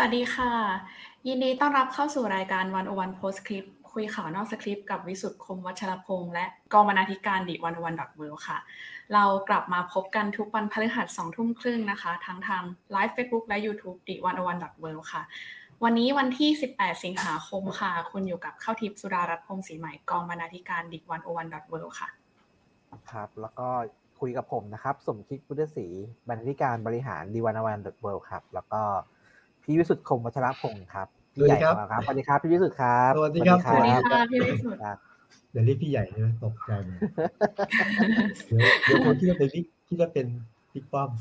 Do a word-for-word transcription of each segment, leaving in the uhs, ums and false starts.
วัสดีค่ะยินดีต้อนรับเข้าสู่รายการหนึ่งศูนย์หนึ่ง Post Script คุยข่าวนอกสคริปต์กับวิสุทธิ์คมวัชรพงษ์และกองบรรณาธิการ ดิ หนึ่งศูนย์หนึ่ง ดอท เวิลด์ ค่ะเรากลับมาพบกันทุกวันพฤหัส สองทุ่มครึ่งนะคะทั้งทางไลฟ์ Facebook และ YouTube ดิ หนึ่งศูนย์หนึ่ง ดอท เวิลด์ ค่ะวันนี้วันที่สิบแปดสิงหาคมค่ะคุณอยู่กับข้าวทิพย์สุดารัตน์พงษ์ศรีใหม่กองบรรณาธิการ ดิ หนึ่งศูนย์หนึ่ง ดอท เวิลด์ ค่ะครับแล้วก็คุยกับผมนะครับสมคิดพุทธศรีบรรณาธิการบริหาร ดิ หนึ่งศูนย์หนึ่ง ดอท เวิลด์ ครับแล้วก็พี่วิสุทธิ์คมวัชรพงษ์ครับพี่ใหญ่ของเราครับสวัสดีครับพี่วิสุทธิ์ครับสวัสดีครับสวัสดีค่ะพี่วิสุทธิ์เดี๋ยวเรียกพี่ใหญ่ใช่ไหมตกใจหมดเดี๋ยวเดี๋ยวคนที่จะเป็นที่จะเป็นบิ๊กป้อม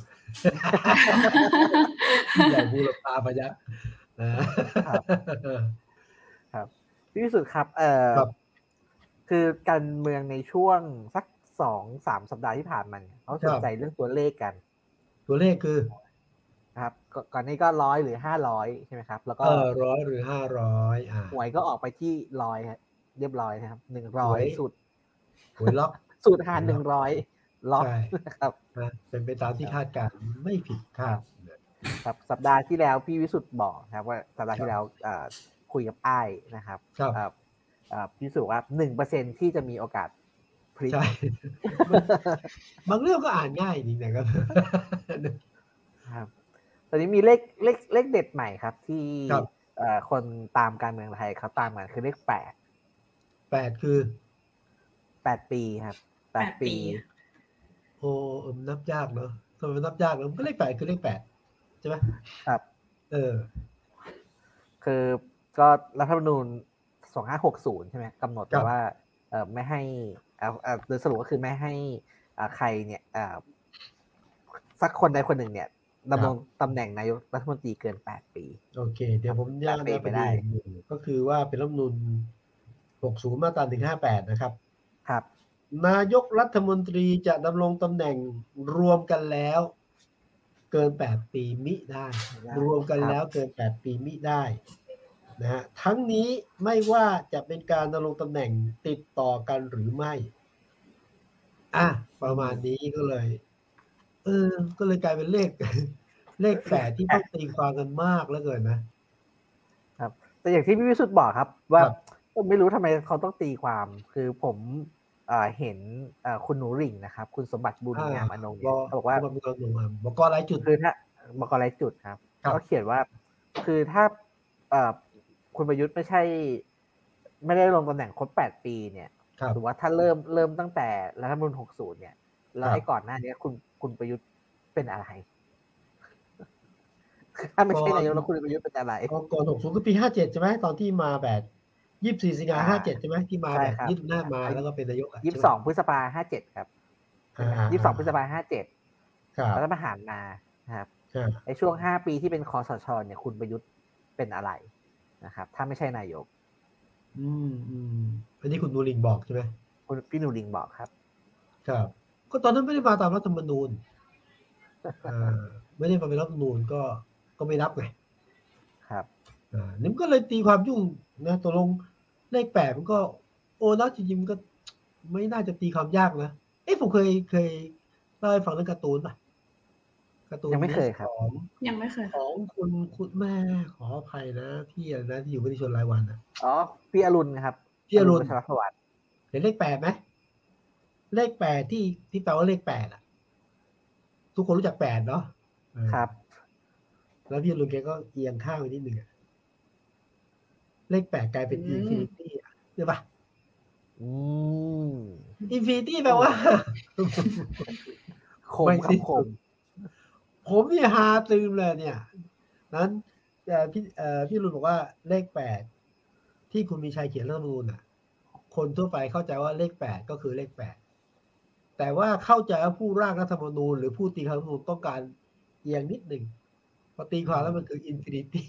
พี่ใหญ่บูรพาพยัคฆ์นะครับครับพี่วิสุทธิ์ครับเอ่อคือการเมืองในช่วงสัก สองถึงสาม สัปดาห์ที่ผ่านมาเนี่ยเขาสนใจเรื่องตัวเลขกันตัวเลขคือครับก่อนนี้ก็หนึ่งร้อยหรือห้าร้อยใช่ไหมครับแล้วก็เออหนึ่งร้อยหรือห้าร้อยอ่าหวยก็ออกไปที่หนึ่งร้อยเรียบร้อยนะครับหนึ่งร้อยสุดหวยล็อกสูตรหารหนึ่งร้อยล็อกนะครับเป็นไปตามที่คาดการณ์ไม่ผิดคาดครับสัปดาห์ที่แล้วพี่วิสุทธ์บอกครับว่าสัปดาห์ที่แล้วคุยกับอ้ายนะครับพี่วิสุทธ์ว่า หนึ่งเปอร์เซ็นต์ ที่จะมีโอกาสพลิกใช่บางเรื่องก็อ่านง่ายจริงๆครับครับตอนนี้มีเลขเลขเลขเด็ดใหม่ครับที่คนตามการเมืองไทยเขาตามกันคือเลขแปดแปดคือแปดปีครับแปดปีโอ้เออนับยากเนาะทำไมนับยากเนาะก็เลขแปดคือเลขแปดใช่ไหมครับเออคือก็รัฐธรรมนูญสองพันห้าร้อยหกสิบใช่ไหมกำหนดว่าเอ่อไม่ให้เอาโดยสรุปก็คือไม่ให้ใครเนี่ยสักคนใดคนหนึ่งเนี่ยดำรงตำแหน่งนายกรัฐมนตรีเกินแปดปีโอเคเดี๋ยวผมย่างนะประเด็นก็คือว่าเป็นรัฐธรรมนูญหกสิบมาตราหนึ่งร้อยห้าสิบแปดนะครับครับนายกรัฐมนตรีจะดำรงตำแหน่งรวมกันแล้วเกินแปดปีมิได้รวมกันแล้วเกินแปดปีมิได้นะฮะทั้งนี้ไม่ว่าจะเป็นการดำรงตำแหน่งติดต่อกันหรือไม่อ่ะประมาณนี้ก็เลยเออก็เลยกลายเป็นเลขเลขแปดที่ต้องตีความกันมากแล้วเกินนะครับแต่อย่างที่พี่วิสุทธ์บอกครับว่าผมไม่รู้ทำไมเขาต้องตีความคือผมเห็นคุณหนูริ่งนะครับคุณสมบัติบุญงามอนงเนี่ยเขาบอกว่าบอกกรรายจุดคือถ้าบอกกรรายจุดครับเขาเขียนว่าคือถ้าคุณประยุทธ์ไม่ใช่ไม่ได้ลงตำแหน่งครบแปดปีเนี่ยหรือว่าถ้าเริ่มเริ่มตั้งแต่รัฐธรรมนูญหกสิบเนี่ยแล้วไอ้ก่อนหน้านี้คุณคุณประยุทธ์เป็นอะไรถ้าไม่ใช่นายกแล้วคุณประยุทธ์เป็นอะไรก่อนหกสิบก็ปีห้าสิบเจ็ดใช่ไหมตอนที่มาแบบยี่สิบสี่สิงหาห้าสิบเจ็ดใช่ไหมที่มาแบบยึดหน้ามาแล้วก็เป็นนายกยี่สิบสองพฤษภาห้าสิบเจ็ดครับยี่สิบสองพฤษภาห้าสิบเจ็ดแล้วก็มาหารมานะครับในช่วงห้าปีที่เป็นคสชเนี่ยคุณประยุทธ์เป็นอะไรนะครับถ้าไม่ใช่นายกอืมอืมอันนี้คุณนูริงบอกใช่ไหมคุณพี่นูริงบอกครับครับก็ตอนนั้นไม่ได้มาตามรัฐธรรมนูญอ่าไม่ได้มาเป็นรัฐธรรมนูญก็ก็ไม่นับไงครับอ่านี่ก็เลยตีความยุ่งนะตกลงเลขแปดมันก็โอ้แล้วจริงๆมันก็ไม่น่าจะตีความยากนะเอ๊ะผมเคยเคยเล่าให้ฟังเรื่องการ์ตูนป่ะการ์ตูนยังไม่เคยครับยังไม่เคยของคุณคุณแม่ขออภัยนะพี่อะไรนะที่อยู่วิทยชนรายวันนะอ๋อพี่อรุณครับพี่อรุณประชาสวัสดิ์เห็นเลขแปดไหมเลขแปดที่ที่แปลว่าเลขแปดอ่ะทุกคนรู้จักแปดเนาะครับแล้วพี่อรุณแกก็เอียงข้างไปนิดนึงอ่ะเลขแปดกลายเป็นอินฟินิตี้อ่ะใช่ปะอืมอินฟินิตี้แปลว่าคมครับคมผมนี่ฮาตึมเลยเนี่ยนั้นพี่เอ่อพี่รุนบอกว่าเลขแปดที่คุณมีชัยเขียนรัฐธรรมนูญอ่ะคนทั่วไปเข้าใจว่าเลขแปดก็คือเลขแปดแต่ว่าเข้าใจว่าผู้ร่างรัฐธรรมนูญหรือผู้ตีรัฐธรรมนูญต้องการเอียงนิดหนึ่งพอตีความแล้วมันคืออินฟินิตี้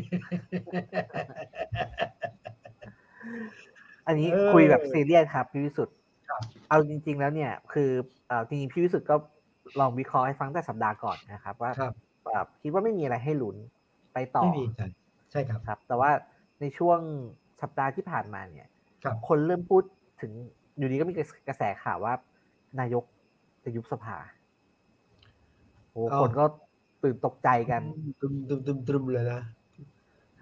อันนี้คุยแบบซีเรียสครับพี่วิสุทธ์เอาจริงๆแล้วเนี่ยคือจริงๆพี่วิสุทธ์ก็ลองวิเคราะห์ให้ฟังแต่สัปดาห์ก่อนนะครับว่าคิดว่าไม่มีอะไรให้ลุ้นไปต่อไม่มีใช่ครับครับแต่ว่าในช่วงสัปดาห์ที่ผ่านมาเนี่ยคนเริ่มพูดถึงอยู่ดีก็มีกระแสข่าวว่านายกจะยุบสภาโอ้คนก็ตื่นตกใจกันตึมตึมตึมตึมเลยนะ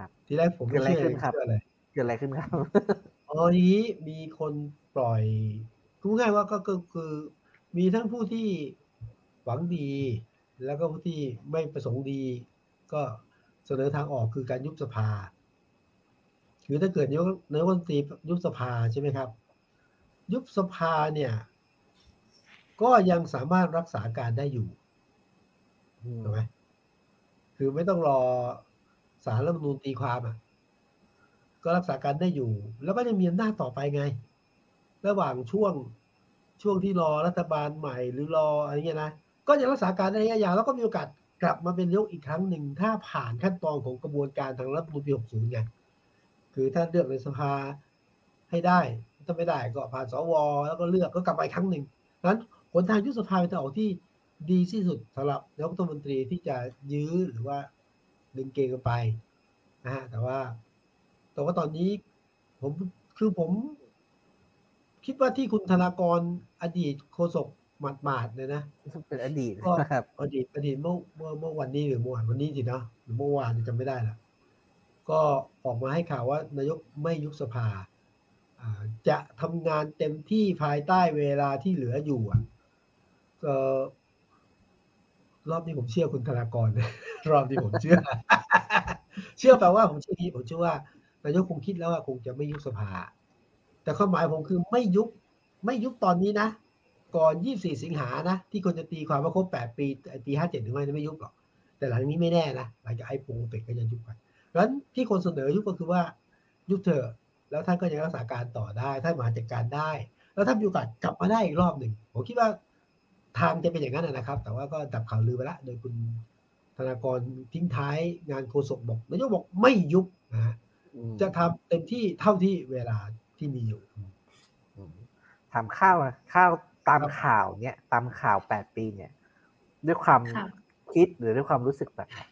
ครับทีแรกผมไม่เชื่อเชื่อเลยเกิดอะไรขึ้นครับอ๋อทีนี้มีคนปล่อยพูดง่ายว่าก็คือมีทั้งผู้ที่หวังดีแล้วก็ผู้ที่ไม่ประสงค์ดีก็เสนอทางออกคือการยุบสภาคือถ้าเกิดนายกนายกรัฐมนตรียุบสภาใช่ไหมครับยุบสภาเนี่ยก็ยังสามารถรักษาการได้อยู่ถูกไหมคือไม่ต้องรอศาลรัฐธรรมนูญตีความอ่ะก็รักษาการได้อยู่แล้วก็ยังมีอำนาจต่อไปไงระหว่างช่วงช่วงที่รอรัฐบาลใหม่หรือรออะไรเงี้ยนะก็ยังรักษาการได้ระยะยาวแล้วก็มีโอกาสกลับมาเป็นนายกอีกครั้งหนึ่งถ้าผ่านขั้นตอนของกระบวนการทางรัฐธรรมนูญปีหกสิบไงคือถ้าเลือกในสภาให้ได้ถ้าไม่ได้ก็ผ่านสวแล้วก็เลือกก็กลับมาอีกครั้งหนึ่งนั้นผลทางยุบสภาเป็นทางออกที่ดีที่สุดสำหรับนายกรัฐมนตรีที่จะยื้อหรือว่าดึงเกมกันไปนะฮะแต่ว่าแต่ว่าตอนนี้ผมคือผมคิดว่าที่คุณธนากรอดีตโฆษกหมาดๆเลยนะเป็นอดีตครับอดีตอดีตเมื่อเมื่อเมื่อวันนี้หรือเมื่อวานวันนี้สินะหรือเมื่อวานจำไม่ได้ละก็ออกมาให้ข่าวว่านายกไม่ยุบสภาจะทำงานเต็มที่ภายใต้เวลาที่เหลืออยู่อ่ะก็รอบนี้ผมเชื่อคุณธนากรรอบนี้ผมเชื่อเชื่อแปลว่าผมเชื่อที่ผมเชื่อว่านายกคงคิดแล้วว่าคงจะไม่ยุบสภาแต่ความหมายผมคือไม่ยุบไม่ยุบตอนนี้นะก่อนยี่สิบสี่สิงหานะที่คนจะตีความว่าครบแปดปีปีห้าสิบเจ็ดถึงไม่ไม่ยุบหรอกแต่หลังนี้ไม่แน่นะหลังจากไอ้ปูเป็ดก็จะยุบไปเพราะฉะนั้นที่คนเสนอยุบก็คือว่ายุบเถอะแล้วท่านก็ยังรักษาการต่อได้ท่านมาจัดการได้แล้วท่านมีโอกาสกลับมาได้อีกรอบหนึ่งผมคิดว่าทางจะเป็นอย่างนั้นนะครับแต่ว่าก็ดับข่าวลือไปละโดยคุณธนากรทิ้งท้ายงานโฆษกบอกนายกบอกไม่ยุบนะจะทำเต็มที่เท่าที่เวลาที่มีอยู่ถามข้าวข้าวตามข่าวเนี่ยตามข่าวแปดปีเนี่ยด้วยความคิดหรือด้วยความรู้สึกแบบไหน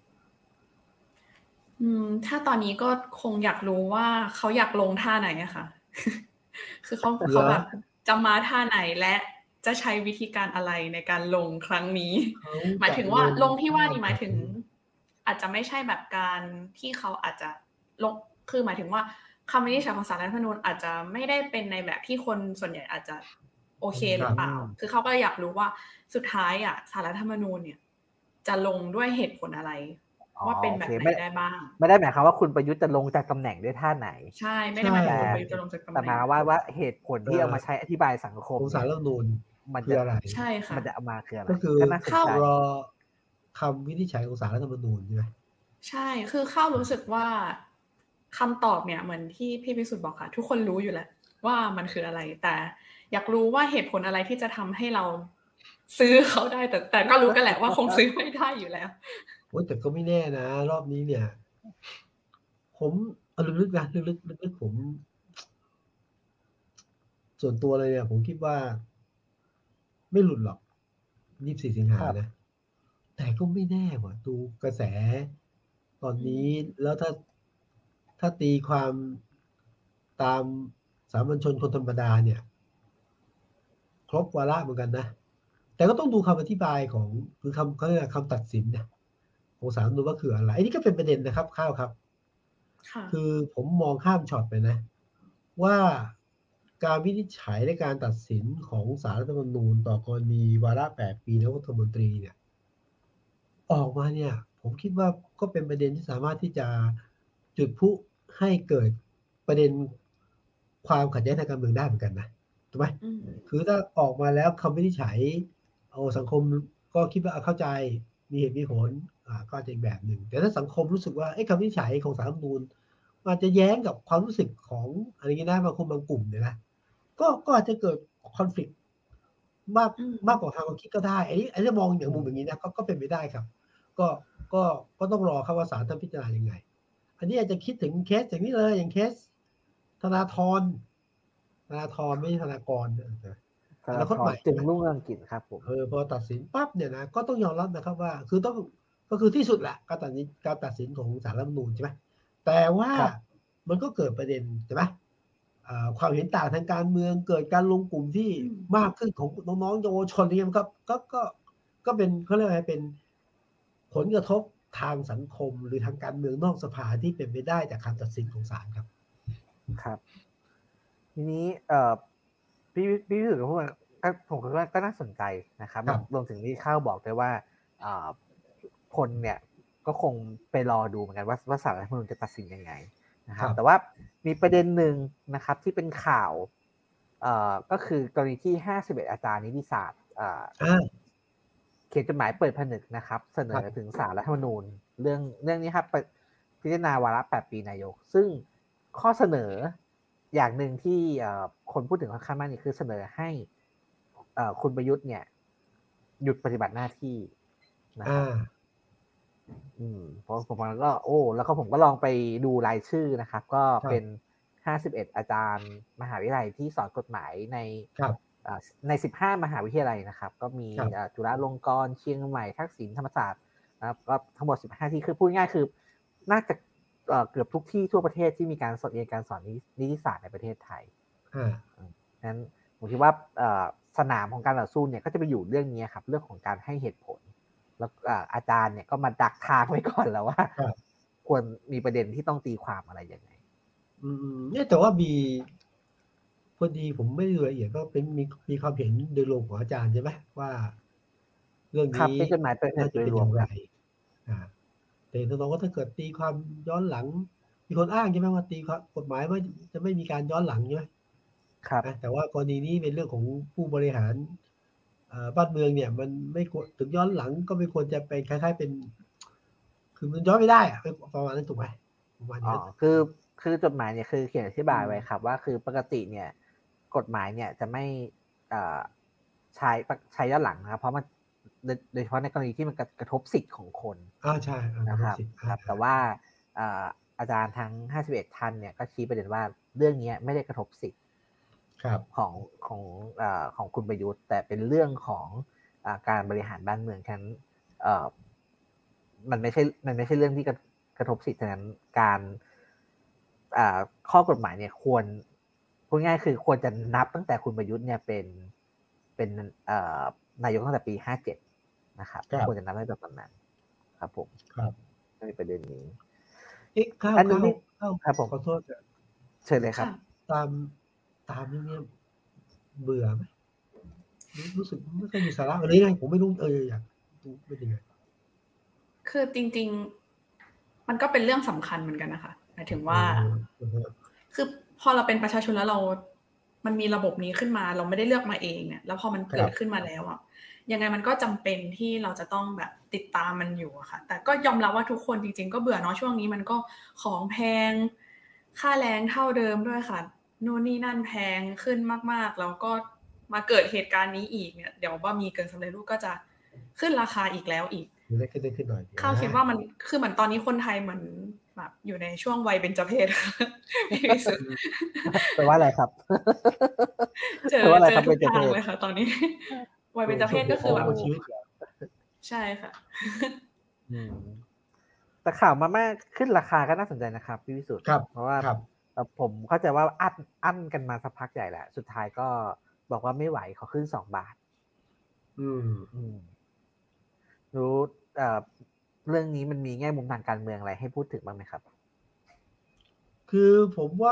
อืมถ้าตอนนี้ก็คงอยากรู้ว่าเขาอยากลงท่าไหนอะค่ะ คือเขาเขาแบบจะมาท่าไหนและจะใช้วิธีการอะไรในการลงครั้งนี้หมายถึงว่าลงที่ว่านี่หมายถึงอาจจะไม่ใช่แบบการที่เขาอาจจะลงคือหมายถึงว่าคำวินิจฉัยของศาลรัฐธรรมนูญอาจจะไม่ได้เป็นในแบบที่คนส่วนใหญ่อาจจะโอเคหรือเปล่าคือเขาก็อยากรู้ว่าสุดท้ายอ่ะศาลรัฐธรรมนูญเนี่ยจะลงด้วยเหตุผลอะไรว่าเป็นแบบไหนได้บ้างไม่ได้หมายความว่าคุณประยุทธ์จะลงจากตำแหน่งด้วยท่าไหนใช่ไม่ได้หมายถึงคุณประยุทธ์จะลงจากตำแหน่งแต่หมายว่าว่าเหตุผลที่เอามาใช้อธิบายสังคมศาลรัฐธรรมนูญมันคืออะไรใช่ค่ะมันจะเอามาคืออะไรก็คือเข้ารอคำวินิจฉัยของศาลรัฐธรรมนูญใช่ไหมใช่คือเข้ารู้สึกว่าคำตอบเนี่ยเหมือนที่พี่พิสุทธิ์บอกค่ะทุกคนรู้อยู่แล้วว่ามันคืออะไรแต่อยากรู้ว่าเหตุผลอะไรที่จะทำให้เราซื้อเขาได้แต่แต่ก็รู้กันแหละว่าคงซื้อไม่ได้อยู่แล้วโอ้แต่ก็ไม่แน่นะรอบนี้เนี่ยผมเอาลึกๆนะลึกๆลึกๆผมส่วนตัวเลยเนี่ยผมคิดว่าไม่หลุดหรอกยี่สิบสี่สิงหานะแต่ก็ไม่แน่ว่ะดูกระแสตอนนี้แล้วถ้าถ้าตีความตามสามัญชนคนธรรมดาเนี่ยครบวาระเหมือนกันนะแต่ก็ต้องดูคำอธิบายของคือคำเขาเรียกคำตัดสินเนี่ยของศาลดูว่าคืออะไรอันนี้ก็เป็นประเด็นนะครับข้าวครับคือผมมองข้ามช็อตไปนะว่าการวินิจฉัยและการตัดสินของศาลรัฐธรรมนูญต่อกรณีวาระแปดปีนายกรัฐมนตรีเนี่ยออกมาเนี่ยผมคิดว่าก็เป็นประเด็นที่สามารถที่จะจุดพลุให้เกิดประเด็นความขัดแย้งทางการเมืองได้เหมือนกันนะถูกไหมคือถ้าออกมาแล้วคำวินิจฉัยเอาสังคมก็คิดว่าเข้าใจมีเหตุมีผลอ่าก็จะอีกแบบหนึ่งแต่ถ้าสังคมรู้สึกว่าไอ้คำวินิจฉัยของศาลรัฐธรรมนูญอาจจะแย้งกับความรู้สึกของอะไรเงี้ยนะบางคนบางกลุ่มเนี่ยนะก็ก็อาจจะเกิดคอนฟลิกต์มากมากกว่าทางความคิดก็ได้อันนี้อันนี้มองอย่างมุมอย่างนี้นะก็ก็เป็นไปได้ครับก็ก็ก็ต้องรอครับว่าศาลท่านพิจารณายังไงอันนี้อาจจะคิดถึงเคสอย่างนี้เลยอย่างเคสธนาธรธนาธรไม่ใช่ธนากรธนาคตใหม่จึงรุ่งเรืองกิจครับผมเออพอตัดสินปั๊บเนี่ยนะก็ต้องยอมรับนะครับว่าคือต้องก็คือที่สุดแหละการตัดสินการตัดสินของศาลรัฐธรรมนูญใช่ไหมแต่ว่ามันก็เกิดประเด็นใช่ไหมความเห็นต่างทางการเมืองเกิดการลงกลุ่มที่มากขึ้นของน้องๆเยาวชนนี่มันก็ก็ก็ก็เป็นเขาเรียกอะไรเป็นผลกระทบทางสังคมหรือทางการเมืองนอกสภาที่เป็นไปได้จากคำตัดสินของศาลครับครับทีนี้เอ่อพี่พี่รู้สึกว่าผมคิดว่าก็น่าสนใจนะครับรวมถึงที่ข้าวบอกด้วยว่าคนเนี่ยก็คงไปรอดูเหมือนกันว่าว่าศาลรัฐธรรมนูญจะตัดสินยังไงนะครับแต่ว่ามีประเด็นหนึ่งนะครับที่เป็นข่าวเอ่อก็คือกรณีที่ห้าสิบเอ็ดอาจารย์นิติศาสตร์เอ่อเขียนจดหมายเปิดผนึกนะครับเสนอถึงศาลรัฐธรรมนูญเรื่องเรื่องนี้ครับพิจารณาวาระแปดปีนายกซึ่งข้อเสนออย่างหนึ่งที่คนพูดถึงค่อนข้างมากนี่คือเสนอให้คุณประยุทธ์เนี่ยหยุดปฏิบัติหน้าที่นะครับอืมเพราะผมก็โอ้แล้วก็ผมก็ลองไปดูรายชื่อนะครับก็เป็นห้าสิบเอ็ดอาจารย์มหาวิทยาลัยที่สอนกฎหมายในในสิบห้ามหาวิทยาลัยนะครับก็มีจุฬาลงกรณ์เชียงใหม่ทักษิณธรรมศาสตร์นะครับก็ทั้งหมดสิบห้าที่คือพูดง่ายคือน่าจะเกือบทุกที่ทั่วประเทศที่มีการสอนเรียนการสอนนิติศาสตร์ในประเทศไทยนั้นผมคิดว่าสนามของการต่อสู้เนี่ยก็จะไปอยู่เรื่องนี้ครับเรื่องของการให้เหตุผลแล้วอาจารย์เนี่ยก็มาดักทางไว้ก่อนแล้วว่าควรมีประเด็นที่ต้องตีความอะไรยังไงอืมเนี่ยแต่ว่ามีพอดีผมไม่รู้ละเอียดก็เป็นมีมีความเห็นโดยรวมของอาจารย์ใช่ไหมว่าเรื่องนี้เป็นจดหมายเป็นโดยรวมไรอ่าแต่ตรงๆว่าถ้าเกิดตีความย้อนหลังมีคนอ้างใช่ไหมว่าตีความกฎหมายว่าจะไม่มีการย้อนหลังใช่ไหมครับแต่ว่ากรณีนี้เป็นเรื่องของผู้บริหารบ้านเมืองเนี่ยมันไม่ควรถึงย้อนหลังก็ไม่ควรจะเป็นคล้ายๆเป็นคือมันย้อนไม่ได้อะประมาณนั้นถูกไหมประมาณนี้อ๋อคือคือจดหมายเนี่ยคือเขียนอธิบายไว้ครับว่าคือปกติเนี่ยกฎหมายเนี่ยจะไม่ใช้ใช้ย้อนหลังนะครับเพราะมันโดยเฉพาะในกรณีที่มันกระทบสิทธิ์ของคนอ่าใช่นะครับครับแต่ว่าอาจารย์ทั้งห้าสิบเอ็ดท่านเนี่ยก็ชี้ประเด็นว่าเรื่องนี้ไม่ได้กระทบสิทธิ์ของของของคุณประยุทธ์แต่เป็นเรื่องของการบริหารบ้านเมืองฉะนั้นมันไม่ใช่มันไม่ใช่เรื่องที่กระทบสิทธิ์ฉะนั้นการข้อกฎหมายเนี่ยควรพูดง่ายคือควรจะนับตั้งแต่คุณประยุทธ์เนี่ยเป็นเป็นนายกตั้งแต่ปีห้าเจ็ดนะครับควรจะนับตั้งแต่ตอนนั้นครับผมครับในประเด็นนี้เอ๊ะข้าวข้าวข้าวครับผมขอโทษเชิญเลยครับตามตามนี่เนี่ยเบื่อไหมรู้สึกไม่ค่อยมีสาระอะไรไงผมไม่รู้เอออยากดูเป็นยังไงคือจริงๆมันก็เป็นเรื่องสำคัญเหมือนกันนะคะหมายถึงว่าคือพอเราเป็นประชาชนแล้วเรามันมีระบบนี้ขึ้นมาเราไม่ได้เลือกมาเองเนี่ยแล้วพอมันเกิดขึ้นมาแล้วอ่ะยังไงมันก็จำเป็นที่เราจะต้องแบบติดตามมันอยู่อะค่ะแต่ก็ยอมรับว่าทุกคนจริงๆก็เบื่อเนาะช่วงนี้มันก็ของแพงค่าแรงเท่าเดิมด้วยค่ะนู่นนี่นั่นแพงขึ้นมากๆแล้วก็มาเกิดเหตุการณ์นี้อีกเนี่ยเดี๋ยวว่ามีเกินสำเร็จรูปก็จะขึ้นราคาอีกแล้วอีกได้ขึ้นได้ขึ้นหน่อยข้าวคิดว่ามันคือเหมือนตอนนี้คนไทยเหมือนแบบอยู่ในช่วงวัยเบญจเพสพี่สุดแปลว่าอะไรครับเจอเจอทุกทางเลยค่ะตอนนี้วัยเบญจเพสก็คือแบบใช่ค่ะแต่ข่าวมาม่าขึ้นราคาก็น่าสนใจนะครับพี่วิสุทธิ์เพราะว่าผมเข้าใจว่าอั้นอั้นกันมาสักพักใหญ่แหละสุดท้ายก็บอกว่าไม่ไหวขอขึ้นสองบาทอืมอืมรู้เอ่อเรื่องนี้มันมีแง่มุมทางการเมืองอะไรให้พูดถึงบ้างไหมครับคือผมว่า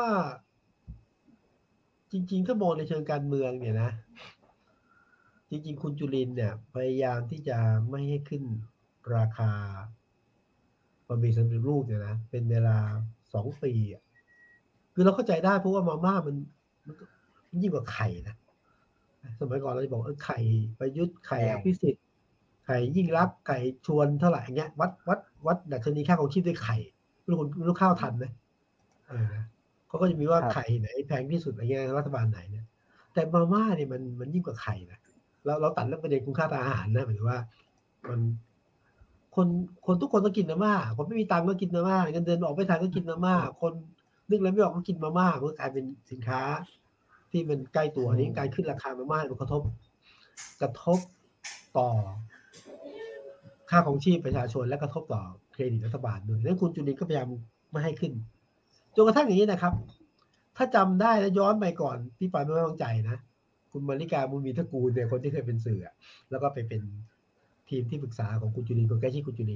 จริงๆถ้ามองในเชิงการเมืองเนี่ยนะจริงๆคุณจุลินทร์เนี่ยพยายามที่จะไม่ให้ขึ้นราคาบะหมี่สำเร็จรูปเนี่ยนะเป็นเวลาสองปีอ่ะคือเราเข้าใจได้เพราะว่ามาม่ามันมันยิ่งกว่าไข่นะสมัยก่อนเราจะบอกเออไข่ประยุทธ์ไข่อภิสิทธิ์ไข่ยิ่งรักไข่ชวนเท่าไหร่เงี้ยวัดวัดวัดดัชนีค่าของชีพด้วยไข่ไม่รู้คุณรู้ข้าวทันไหมเออเขาก็จะมีว่าไข่ไหนแพงที่สุดอะไรเงี้ยรัฐบาลไหนเนี่ยแต่มาม่าเนี่ยมันมันยิ่งกว่าไข่นะเราเราตัดเรื่องประเด็นคุณค่าทางอาหารนะหมายถึงว่ามันคนคนทุกคนต้องกินมาม่าคนไม่มีตังค์ก็กินมาม่าเงินเดือนออกไม่ทันก็กินมาม่าคนนึกอะไรไม่ออกก็กินมาม่ามันกลายเป็นสินค้าที่มันใกล้ตัวนี้การขึ้นราคามาม่ามันกระทบกระทบต่อค่าของชีพประชาชนและกระทบต่อเครดิตรัฐบาลด้วยดังนั้นคุณจุลินก็พยายามไม่ให้ขึ้นจนกระทั่งอย่างนี้นะครับถ้าจำได้แล้วย้อนไปก่อนพี่ปอยไม่ไว้วางใจนะคุณมาริกาบุญมีตระกูลเนี่ยคนที่เคยเป็นสื่อแล้วก็ไปเป็นทีมที่ปรึกษาของคุณจุลินคนใกล้ชิดคุณจุลินน่ะ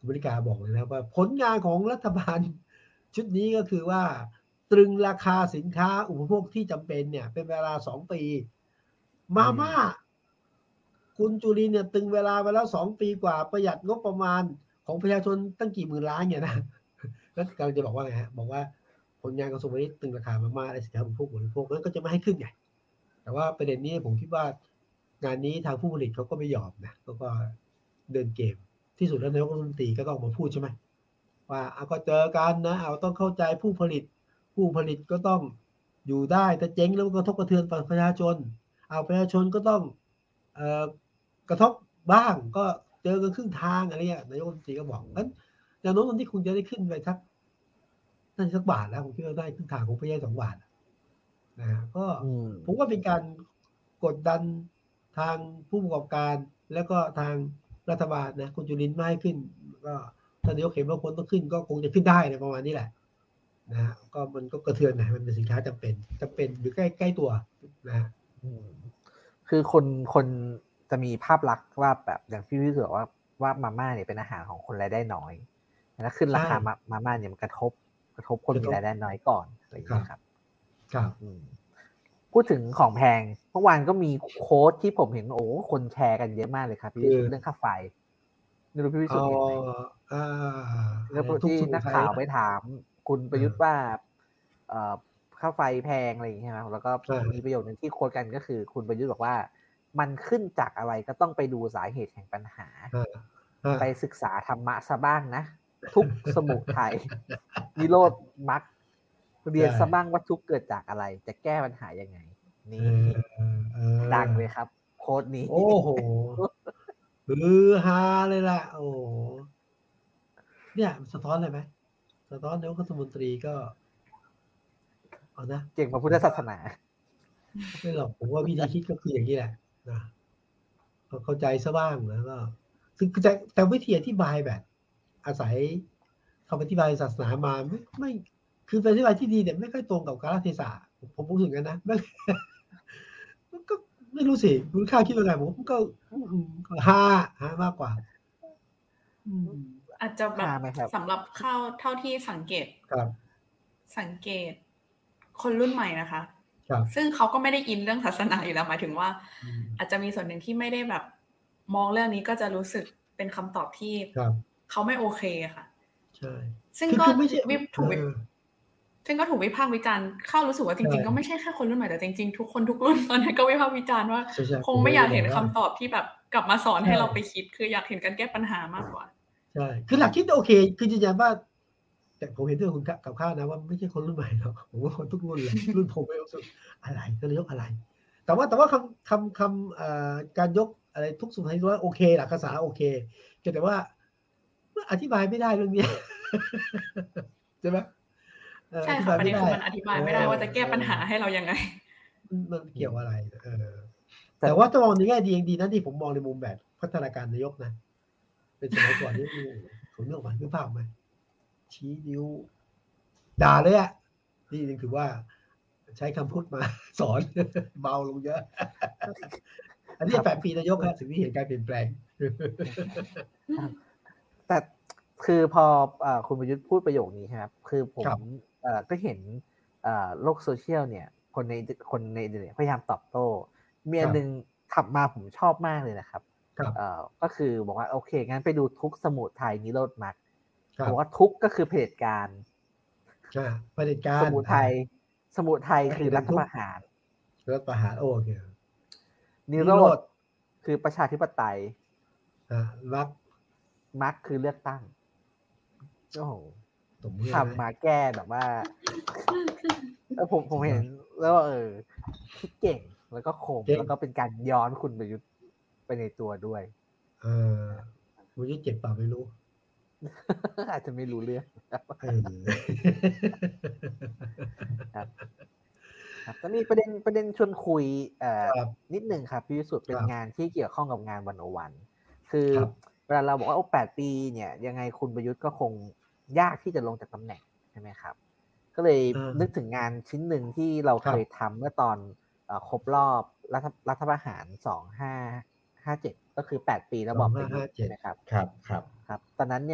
คุณบริการบอกเลยนะว่าผลงานของรัฐบาลชุดนี้ก็คือว่าตรึงราคาสินค้าอุปโภคที่จำเป็นเนี่ยเป็นเวลาสองปีมาม่าคุณจุลินเนี่ยตึงเวลาไปแล้วสองปีกว่าประหยัดงบประมาณของประชาชนตั้งกี่หมื่นล้านเนี่ยนะแล้วกำลังจะบอกว่าไงฮะบอกว่าผลงานกระทรวงพาณิชย์ตึงราคามาม่าและสินค้าอุปโภคบริโภคนั้นก็จะไม่ให้ขึ้นไงแต่ว่าประเด็นนี้ผมคิดว่างานนี้ทางผู้ผลิตเขาก็ไม่ยอมนะเขาก็เดินเกมที่สุดแล้วนายกรัฐมนตรีก็ต้องมาพูดใช่ไหมว่าเอาก็เจอกันนะเอาต้องเข้าใจผู้ผลิตผู้ผลิตก็ต้องอยู่ได้แต่เจ๊งแล้วก็กระทบกระเทือนต่อประชาชนเอาประชาชนก็ต้องเอ่อกระทบบ้างก็เจอกันครึ่งทางอะไรเงี้ยนายกรัฐมนตรีก็บอกงั้นแนวโน้มตอนที่คุณจะได้ขึ้นไปสักน่าจะสักบาทแล้วผมคิดว่าได้ครึ่งทางของไม่ใช่สองบาทนะก็ผมว่าเป็นการกดดันทางผู้ประกอบการแล้วก็ทางรัฐบาลนะคุณจุลินไม่ให้ขึ้นก็ถ้านายกเห็นว่าคนต้องขึ้นก็คงจะขึ้นได้ในประมาณนี้แหละนะฮะก็มันก็กระเทือนนะมันเป็นสินค้าจำเป็นจำเป็นอยู่ใกล้ใกล้ตัวนะฮะคือคนคนจะมีภาพลักษณ์ว่าแบบอย่างที่พี่เสือว่าว่ามาม่าเนี่ยเป็นอาหารของคนรายได้น้อยแล้วขึ้นราคามามาม่าเนี่ยมันกระทบกระทบคนมีรายได้น้อยก่อนอะไรอย่างเงี้ยครับครับพูดถึงของแพงเมื่อวานก็มีโค้ดที่ผมเห็นโอ้คนแชร์กันเยอะมากเลยครับพี่เรื่องค่าไฟไม่รู้พี่วิสุทธิ์เห็นไหมแล้วที่นักข่าวไปถามคุณประยุทธ์ว่าค่าไฟแพงอะไรอย่างเงี้ยครับแล้วก็มีประโยชน์หนึ่งที่โค้ดกันก็คือคุณประยุทธ์บอกว่ามันขึ้นจากอะไรก็ต้องไปดูสาเหตุแห่งปัญหาไปศึกษาธรรมะซะบ้างนะทุกสมุทัยนิโรธมรรคเรียนซะบ้างว่าทุกเกิดจากอะไรจะแก้ปัญหายังไงนี่ดังเลยครับโค้ดนี้โอ้โหฮือฮาเลยล่ะโอ้เนี่ยสะท้อนเลยไหมสะท้อนนายกรัฐมนตรีก็เอานะเก่งพระพุทธศาสนาไม่หรอกผมว่าวิธีคิดก็คืออย่างนี้แหละนะเข้าใจซะบ้างแล้วก็คือแต่แต่วิธีอธิบายแบบอาศัยคำอธิบายศาสนามาไม่ไม่คือเป็นอธิบายที่ดีแต่ไม่ค่อยตรงกับกาลเทศะผมพูดถึงกันนะไม่ก็ไม่รู้สิคุณค่าคิดยังไงผมก็ฮาฮามากกว่าอาจจะแบบสำหรับเข้าเท่าที่สังเกตสังเกตคนรุ่นใหม่นะคะซึ่งเขาก็ไม่ได้อินเรื่องศาสนาอยู่แล้วหมายถึงว่าอาจจะมีส่วนหนึ่งที่ไม่ได้แบบมองเรื่องนี้ก็จะรู้สึกเป็นคำตอบที่เขาไม่โอเคค่ะใช่ซึ่งก็วิบถูกซึ่งก็ถูกวิพากษ์วิจารณ์เข้ารู้สึกว่าจริงๆก็ไม่ใช่แค่คนรุ่นใหม่แต่จริงๆทุกคนทุกรุ่นตอนนี้ก็วิพากษ์วิจารณ์ว่าคงไม่อยากเห็นคำตอบที่แบบกลับมาสอนให้เราไปคิดคืออยากเห็นการแก้ปัญหามากกว่าใช่คือหลักคิดโอเคคือยืนยันว่าแต่ผมเห็นด้วยคุณกับข้าวนะว่าไม่ใช่คนรุ่นใหม่หรอกผมว่าคนทุกรุ่นเลยรุ่นผมไม่รู้สึกอะไรก็เลยยกอะไรแต่ว่าแต่ว่าคำคำคำการยกอะไรทุกสุนทรีว่าโอเคหลักภาษาโอเคแต่ว่าอธิบายไม่ได้เรื่องนี้ใช่ไหมใช่ค่ะประเด็นคือมันอธิบายไม่ได้ว่าจะแก้ปัญหาให้เรายังไงมันเกี่ยวอะไรเออแต่ว่าต้องมองในแง่ดีดีนะที่ผมมองในมุมแบบพัฒนาการนายกนะเป็นสมัยก่อนนี่ผมนึกออกมานึกภาพไหมชี้นิ้วด่าเลยอ่ะนี่ยังถือว่าใช้คำพูดมาสอนเบาลงเยอะอันนี้แปดปีนายกครับสิ่งที่เห็นการเปลี่ยนแปลงแต่คือพอคุณประยุทธ์พูดประโยคนี้ครับคือผมก็เห็นโลกโซเชียลเนี่ยคนในคนในอินเทอร์เน็ตพยายามตอบโต้มีอันนึงขับมาผมชอบมากเลยนะครับก็คือบอกว่าโอเคงั้นไปดูทุกสมุทัยนิโรธมรรคบอกว่าทุกก็คือเผด็จการเผด็จการสมุทัยสมุทัยคือรัฐประหารรัฐประหารโอเคนิโรธคือประชาธิปไตยมรรคมรรคคือเลือกตั้งโอ้โหทำมาแก้แบบว่าแล้วผมผมเห็นแล้วเออคิดเก่งแล้วก็คมแล้วก็เป็นการย้อนคุณประยุทธ์ไปในตัวด้วยเออคุณจะเจ็บเปล่าไม่รู้อาจจะไม่รู้เรื่องครับครับก็มีประเด็นประเด็นชวนคุยเอ่อนิดนึงครับพี่วิสุทธิ์เป็นงานที่เกี่ยวข้องกับงานวันโอวันคือเวลาเราบอกว่าโอ้แปดปีเนี่ยยังไงคุณประยุทธ์ก็คงยากที่จะลงจากตำแหน่งใช่ไหมครับก็เลยนึกถึงงานชิ้นหนึ่งที่เราเคยทำเมื่อตอนครบรอบรัฐรัฐประหารสองพันห้าร้อยห้าสิบเจ็ดก็คือแปดปีระบอบประยุทธ์ใช่ไหมครับครับครับครับตอนนั้นเนี่ย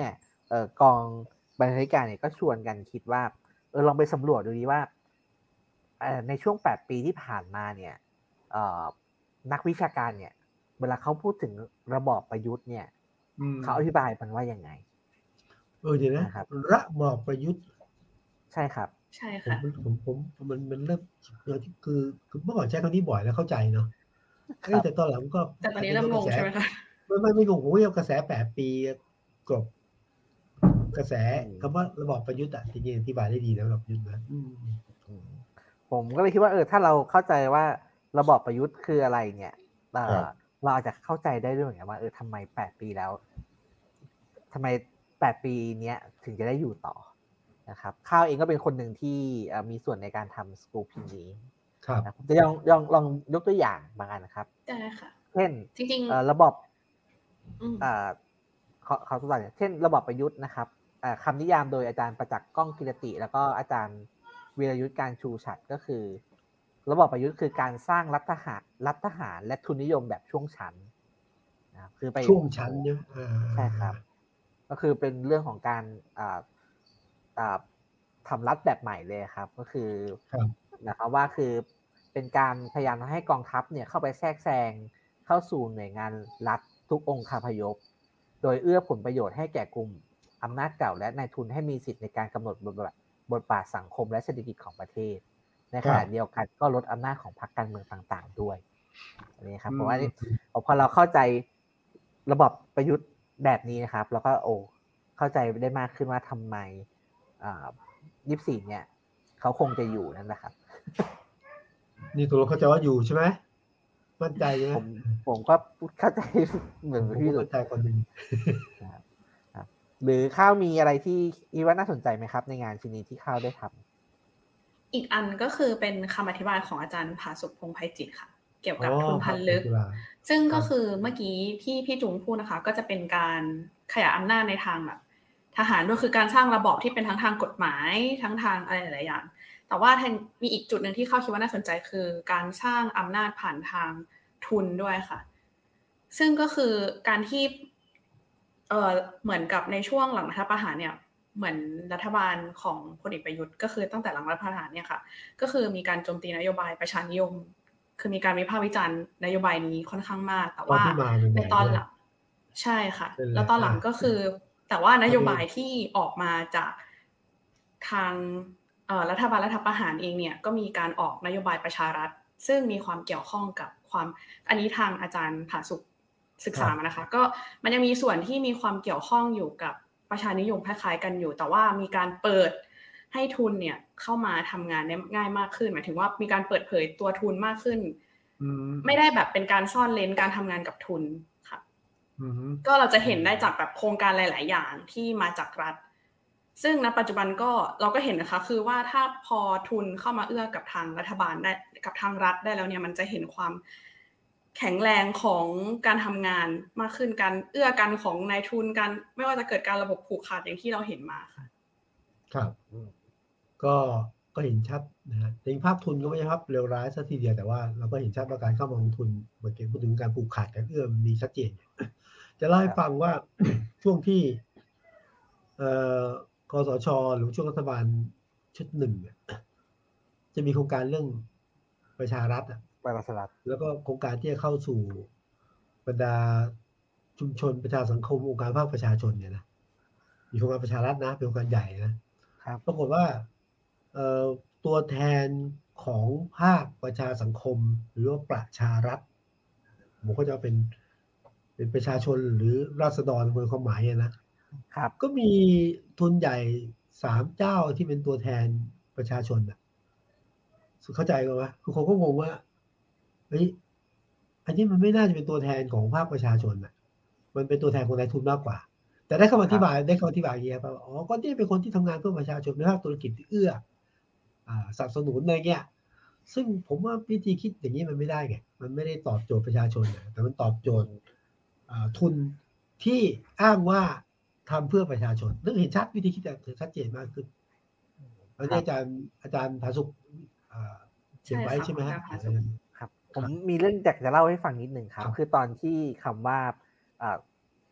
เอ่อกองบรรณาธิการเนี่ยก็ชวนกันคิดว่าเออลองไปสำรวจดูดีว่าเอ่อในช่วงแปดปีที่ผ่านมาเนี่ยเอ่อนักวิชาการเนี่ยเวลาเขาพูดถึงระบอบประยุทธ์เนี่ยเขาอธิบายมันว่ายังไงเออเดี๋ยวนะระบอบประยุทธ์ใช่ครับใช่ค่ะผมผมผมมันมันเริ่มคือคือเมื่อก่อนใช้คำนี้บ่อยแล้วเข้าใจเนาะแต่ตอนหลังก็แต่ตอนนี้เริ่มงงใช่ไหมคะไม่ไม่ไม่งงผมว่ากระแสแปดปีกบกระแสคำว่าระบอบประยุทธ์อ่ะจริงๆอธิบายได้ดีแล้วระบอบประยุทธ์นะผมก็เลยคิดว่าเออถ้าเราเข้าใจว่าระบอบประยุทธ์คืออะไรเนี่ยเราอาจจะเข้าใจได้ด้วยเหมือนกันว่าเออทำไมแปดปีแล้วทำไมแปดปีเนี้ยถึงจะได้อยู่ต่อนะครับข้าวเองก็เป็นคนหนึ่งที่มีส่วนในการทำสกู๊ปพิมพ์นี้ครับจะลองลองลองยกตัวอย่างบางอันนะครับได้ค่ะเช่นจริงๆระบบอ่าขอขอตัวอย่างเช่นระบอบประยุทธ์นะครับคำนิยามโดยอาจารย์ประจักษ์ก้องกิรติแล้วก็อาจารย์วีรยุทธการชูฉัตรก็คือระบอบประยุทธ์คือการสร้างรัฐทหารรัฐทหารและทุนนิยมแบบช่วงชั้นนะคือไปช่วงชั้นเนี่ยใช่ครับก็คือเป็นเรื่องของการอ่าอ่าทำรัฐแบบใหม่เลยครับก็คือนะครับว่าคือเป็นการพยายามให้กองทัพเนี่ยเข้าไปแทรกแซงเข้าสู่หน่วยงานรัฐทุกองค์คาพยพโดยเอื้อผลประโยชน์ให้แก่กลุ่มอำนาจเก่าและนายทุนให้มีสิทธิ์ในการกำหนดบทบาทบทบาทสังคมและเศรษฐกิจของประเทศในขณะเดียวกันก็ลดอำนาจของพรรคการเมืองต่างๆด้วยอันนี้ครับเพราะว่าพอเราเข้าใจระบบประยุทธ์แบบนี้นะครับแล้วก็โอ้เข้าใจได้มากขึ้นว่าทำไมยี่สิบสี่เนี่ยเขาคงจะอยู่นั่นแหละครับนี่ตัวเราเข้าใจว่าอยู่ใช่ไหมมั่นใจใช่ไหมผมผมก็เข้าใจเหมือนพี่สุดเข้าใจคนหนึ่งครับหรือข้าวมีอะไรที่อีว่าน่าสนใจไหมครับในงานชิ้นนี้ที่ข้าวได้ทำอีกอันก็คือเป็นคำอธิบายของอาจารย์ผาสุกพงษ์ไพจิตรค่ะเกี่ยวกับทุนพันลึกซึ่งก็คือเมื่อกี้ที่พี่จุงพูดนะคะก็จะเป็นการขยายอำนาจในทางแบบทหารด้วยคือการสร้างระบอบที่เป็นทั้งทางกฎหมายทั้งทางอะไรหลายอย่างแต่ว่ามีอีกจุดหนึ่งที่เข้าคิดว่าน่าสนใจคือการสร้างอำนาจผ่านทางทุนด้วยค่ะซึ่งก็คือการที่เอ่อเหมือนกับในช่วงหลังรัฐประหารเนี่ยเหมือนรัฐบาลของพลเอกประยุทธ์ก็คือตั้งแต่หลังรัฐประหารเนี่ยค่ะก็คือมีการโจมตีนโยบายประชานิยมคือมีการวิพากษ์วิจารณ์นโยบายนี้ค่อนข้างมากแต่ว่าในตอนหลังใช่ค่ะแล้วตอนหลังก็คือแต่ว่านโยบายที่ออกมาจากทางรัฐบาลรัฐประหารเองเนี่ยก็มีการออกนโยบายประชารัฐซึ่งมีความเกี่ยวข้องกับความอันนี้ทางอาจารย์ผาสุกศึกษามานะคะก็มันยังมีส่วนที่มีความเกี่ยวข้องอยู่กับประชานิยมคล้ายๆกันอยู่แต่ว่ามีการเปิดให้ทุนเนี่ยเข้ามาทำงานได้ง่ายมากขึ้นหมายถึงว่ามีการเปิดเผยตัวทุนมากขึ้นไม่ได้แบบเป็นการซ่อนเร้นการทำงานกับทุนค่ะก็เราจะเห็นได้จากแบบโครงการหลายๆอย่างที่มาจากรัฐซึ่งณปัจจุบันก็เราก็เห็นนะคะคือว่าถ้าพอทุนเข้ามาเอื้อกับทางรัฐบาลได้กับทางรัฐได้แล้วเนี่ยมันจะเห็นความแข็งแรงของการทำงานมากขึ้นการเอื้อกันของนายทุนกันไม่ว่าจะเกิดการระบบผูกขาดอย่างที่เราเห็นมาค่ะครับก็ก็เห็นชัดนะฮะในภาพทุนก็ไม่ใช่ภาพเลวร้ายซะทีเดียวแต่ว่าเราก็เห็นชัดว่าการเข้ามาลงทุนเหมือนกันพูดถึงการผูกขาดการเอื้อมมีชัดเจนจะเล่าให้ฟังว่าช่วงที่เอ่อกสช.หรือช่วงรัฐบาลชุดหนึ่งเนี่ยจะมีโครงการเรื่องประชารัฐอ่ะประชารัฐแล้วก็โครงการที่จะเข้าสู่บรรดาชุมชนประชาสังคมองค์การภาคประชาชนเนี่ยนะมีโครงการประชารัฐนะเป็นโครงการใหญ่นะครับปรากฏว่าเอ่อตัวแทนของภาคประชาสังคมหรือว่าประชารัฐผมก็จะเป็นเป็นประชาชนหรือราษฎรโดยความหมายนะครับก็มีทุนใหญ่สามเจ้าที่เป็นตัวแทนประชาชนน่ะเข้าใจกันไหมคือคนก็งงว่าเฮ้ยอันนี้มันไม่น่าจะเป็นตัวแทนของภาคประชาชนน่ะมันเป็นตัวแทนของนายทุนมากกว่าแต่ได้คำอธิบายได้คำอธิบายอย่างเงี้ยว่าอ๋อก็นี่เป็นคนที่ทำงานเพื่อประชาชนในภาคธุรกิจที่เอื้ออ่าสนับสนุนอะไรเงี้ยซึ่งผมว่าวิธีคิดอย่างนี้มันไม่ได้ไงมันไม่ได้ตอบโจทย์ประชาชนนะแต่มันตอบโจทย์ทุนที่อ้างว่าทำเพื่อประชาชนนึกเห็นชัดวิธีคิดชัดเจนมากขึ้นแล้วนี่อาจารย์อาจารย์ผาสุกเขียนไว้ใช่ไหมครับผมมีเรื่องอยากจะเล่าให้ฟังนิดหนึ่งครับคือตอนที่คำว่า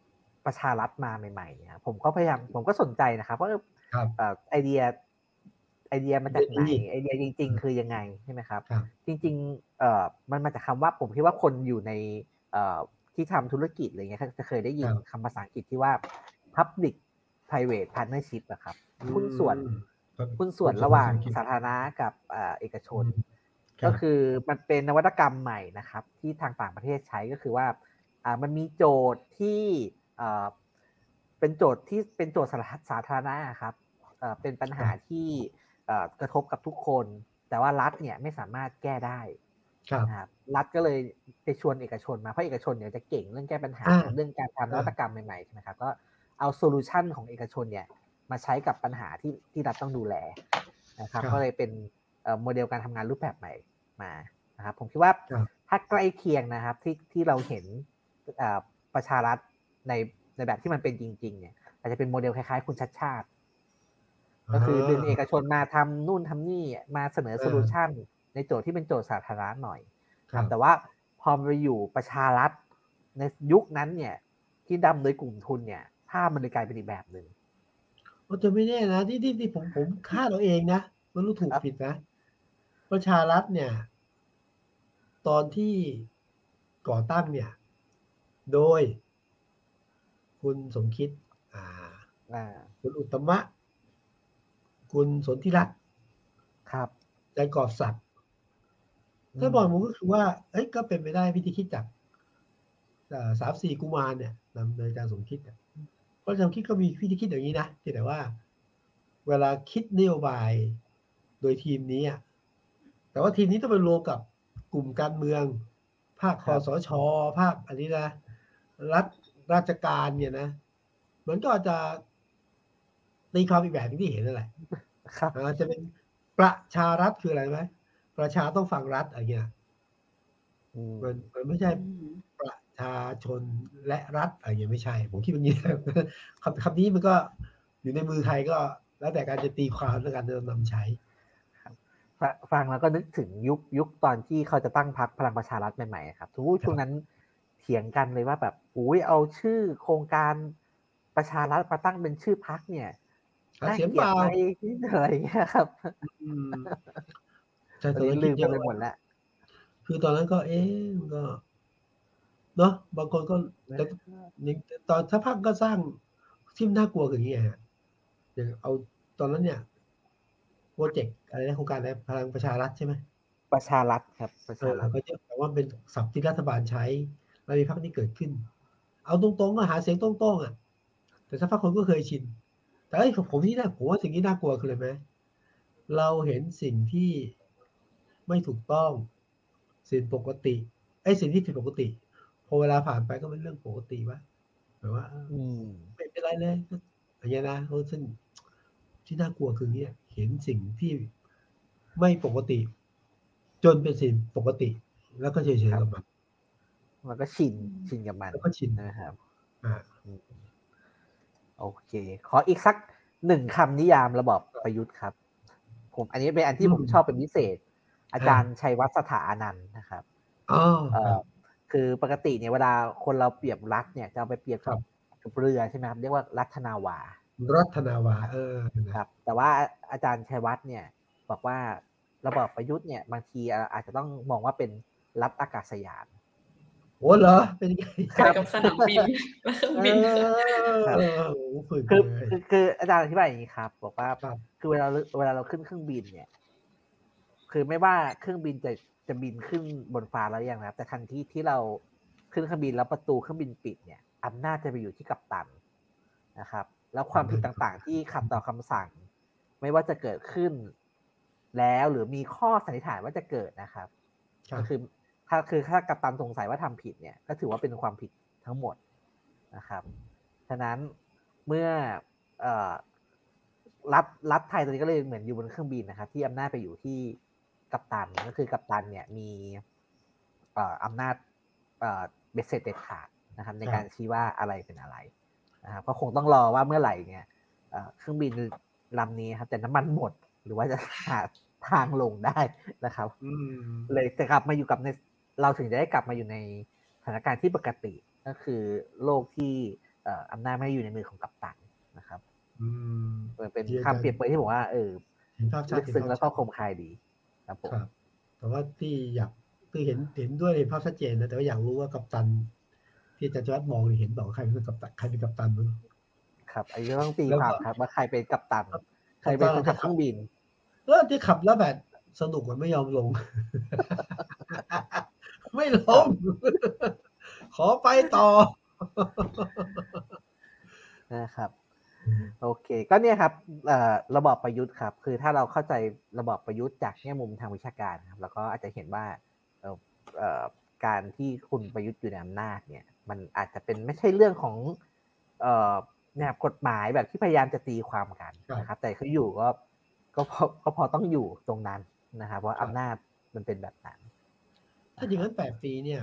ประชารัฐมาใหม่ๆเนี่ยผมก็พยายามผมก็สนใจนะครับว่าไอเดียไอเดียมาจากไหนไอเดียจริงๆคือยังไงใช่ไหมครับจริงๆเอ่อมันมาจากคำว่าผมคิดว่าคนอยู่ในเอ่อที่ทำธุรกิจอะไรเงี้ยจะเคยได้ยินคำภาษาอังกฤษที่ว่า public private partnership อะครับหุ้นส่วนหุ้นส่วนระหว่างสาธารณะกับเอกชนก็คือมันเป็นนวัตกรรมใหม่นะครับที่ทางต่างประเทศใช้ก็คือว่าอ่ามันมีโจทย์ที่เอ่อเป็นโจทย์ที่เป็นโจทย์สาธารณะครับเอ่อเป็นปัญหาที่เอ่อกระทบกับทุกคนแต่ว่ารัฐเนี่ยไม่สามารถแก้ได้นะครับรัฐก็เลยไปชวนเอกชนมาเพราะเอกชนเนี่ยจะเก่งเรื่องแก้ปัญหาเรื่องการทำนวัตกรรมใหม่ๆใช่ไหมครับก็เอาโซลูชันของเอกชนเนี่ยมาใช้กับปัญหาที่ที่รัฐต้องดูแลนะครับก็เลยเป็นโมเดลการทำงานรูปแบบใหม่มานะครับผมคิดว่าถ้าใกล้เคียงนะครับที่ที่เราเห็นประชารัฐในในแบบที่มันเป็นจริงๆเนี่ยอาจจะเป็นโมเดลคล้ายๆคุณชัดชาติก็คือดึงเอกชนมาทำนู่นทำนี่มาเสนอโซลูชันในโจทย์ที่เป็นโจทย์สาธารณะหน่อยครับแต่ว่าพอไปอยู่ประชารัฐในยุคนั้นเนี่ยที่ดำโดยกลุ่มทุนเนี่ยภาพมันเลยกลายเป็นอีกแบบหนึ่งก็จะไม่แน่นะที่ที่ที่ผมผมคาดเอาเองนะไม่รู้ถูกผิดนะประชารัฐเนี่ยตอนที่ก่อตั้งเนี่ยโดยคุณสมคิดอ่าคุณอุตมะคุณสนธิรัตน์ครับใจกอบศักดิ์ถ้าบอกผมก็คือว่าเอ้ยก็เป็นไปได้วิธีคิดจากสามสี่กุมารเนี่ยนำโดยอาจารย์สมคิดเนี่ยเพราะอาจารย์สมคิดก็มีวิธีคิดอย่างนี้นะแต่ว่าเวลาคิดนโยบายโดยทีมนี้แต่ว่าทีมนี้ต้องไปรวมกับกลุ่มการเมืองภาคคสช.ภาคอันนี้นะรัฐราชการเนี่ยนะมันก็จะตีความอีกแบบที่เห็นนั่นแหละจะเป็นประชารัฐคืออะไรไหมประชาต้องฟังรัฐอะไรเงี้ยมันมันไม่ใช่ประชาชนและรัฐอะไรเงี้ยไม่ใช่ผมคิดแบบนี้คำคำนี้มันก็อยู่ในมือใครก็แล้วแต่การจะตีความและการจะนำใช้ฟังแล้วก็นึกถึงยุคยุคตอนที่เขาจะตั้งพรรคพลังประชารัฐใหม่ๆครับทุกช่วงนั้นเถียงกันเลยว่าแบบอุ้ยเอาชื่อโครงการประชารัฐมาตั้งเป็นชื่อพรรคเนี่ยน่าเกลียดไปอะไรเงี้ยครับใช่ตอนนั้นลืมไปหมดแล้วคือตอนนั้นก็เอ๊ะก็เนาะบางคนก็ตอนถ้าพรรคก็สร้างที่น่ากลัวอย่างเงี้ยอย่างเอาตอนนั้นเนี่ยโปรเจกต์อะไรนะโครงการอะไรพลังประชารัฐใช่ไหมประชารัฐครับประชารัฐก็จะแต่ว่าเป็นศัพท์ที่รัฐบาลใช้แล้วมีพรรคนี้เกิดขึ้นเอาตรงๆก็หาเสียงตรงๆอ่ะแต่สักพักคนก็เคยชินแต่ไอ้ผมนี่นะผมว่าสิ่งที่น่ากลัวคืออะไรไหมเราเห็นสิ่งที่ไม่ถูกต้องสิ่งปกติไอ้สิ่งที่ผิดปกติพอเวลาผ่านไปก็เป็นเรื่องปกติวะแบบว่าไม่เป็นไรเลยอย่างเงี้ยนะซึ่งที่น่ากลัวคือเนี่ยเห็นสิ่งที่ไม่ปกติจนเป็นสิ่งปกติแล้วก็เฉยๆกับมันมันก็ชินชินกับมันแล้วก็ชินนะครับอ่าโอเคขออีกสักหนึ่งคำนิยามระบอบประยุทธ์ครับผมอันนี้เป็นอันที่ผมชอบเป็นพิเศษอาจารย์ชัยวัฒน์สถาอนันต์นะครับอ๋อคือปกติเนี่ยเวลาคนเราเปรียบรัฐเนี่ยจะเอาไปเปรียบกับเรือใช่ไหมครับเรียกว่ารัฐนาวารัฐนาวาเออครับแต่ว่าอาจารย์ชัยวัฒน์เนี่ยบอกว่าระบอบประยุทธ์เนี่ยบางทีอาจจะต้องมองว่าเป็นรัฐอากาศยานโอ้เหรอเป็นยังไงกับสนามบินและเครื่องบินคือคือคืออาจารย์อธิบายอย่างนี้ครับบอกว่าคือเวลาเวลาเราขึ้นเครื่องบินเนี่ยคือไม่ว่าเครื่องบินจะจะบินขึ้นบนฟ้าแล้วยังนะครับแต่ทันทีที่เราขึ้นเครื่องบินแล้วประตูเครื่องบินปิดเนี่ยอำนาจจะไปอยู่ที่กัปตันนะครับแล้วความผิดต่างๆที่ขัดต่อคำสั่งไม่ว่าจะเกิดขึ้นแล้วหรือมีข้อสันนิษฐานว่าจะเกิดนะครับก็คือถ้าคือถ้ากัปตันสงสัยว่าทำผิดเนี่ยก็ถือว่าเป็นความผิดทั้งหมดนะครับฉะนั้นเมื่อเอ่อรัฐรัฐไทยตอนนี้ก็เลยเหมือนอยู่บนเครื่องบินนะครับที่อำนาจไปอยู่ที่กัปตันก็คือกัปตันเนี่ยมีเอ่ออำนาจเอ่อเบ็ดเสร็จเด็ดขาดนะครับในการชี้ว่าอะไรเป็นอะไรนะครับก็คงต้องรอว่าเมื่อไหร่เนี่ยเครื่องบินลำนี้ครับแต่น้ำมันหมดหรือว่าจะหาทางลงได้นะครับเลยจะกลับมาอยู่กับในเราถึงจะได้กลับมาอยู่ในสถานการณ์ที่ปกติก็คือโลกที่เอ่ออำนาจไม่ได้อยู่ในมือของกัปตันนะครับอืมเป็นคำเปรียบเปรยที่บอกว่าเออเห็นภาพชัดลึกซึ้งแล้วก็คมคายดีครับผมครับ แต่ว่าที่อยากคือเห็นเห็นด้วยในภาพชัดเจนนะแต่ว่าอยากรู้ว่ากัปตันที่อาจารย์จวัฒน์มองเห็นบอกใครเป็นกัปตันใครเป็นกัปตันมั้งครับอันนี้ต้องตีความครับว่าใครเป็นกัปตันใครกัปตันเป็นคนขับเครื่องบินเออที่ขับแล้วแบบสนุกมันไม่ยอมลง ไม่ลง ขอไปต่อนะครับโอเคก็เนี่ยครับเอ่อระบอบประยุทธ์ครับคือถ้าเราเข้าใจระบอบประยุทธ์จากแง่มุมทางวิชาการครับแล้วก็อาจจะเห็นว่าเอ่อเอ่อการที่คุณประยุทธ์อยู่ในอำนาจเนี่ยมันอาจจะเป็นไม่ใช่เรื่องของเอ่อแนวกฎหมายแบบที่พยายามจะตีความกันนะครับแต่เขาอยู่ก็ก็พอก็พอต้องอยู่ตรงนั้นนะครับเพราะอำนาจมันเป็นแบบนั้นถ้าอย่างนั้นแปดปีเนี่ย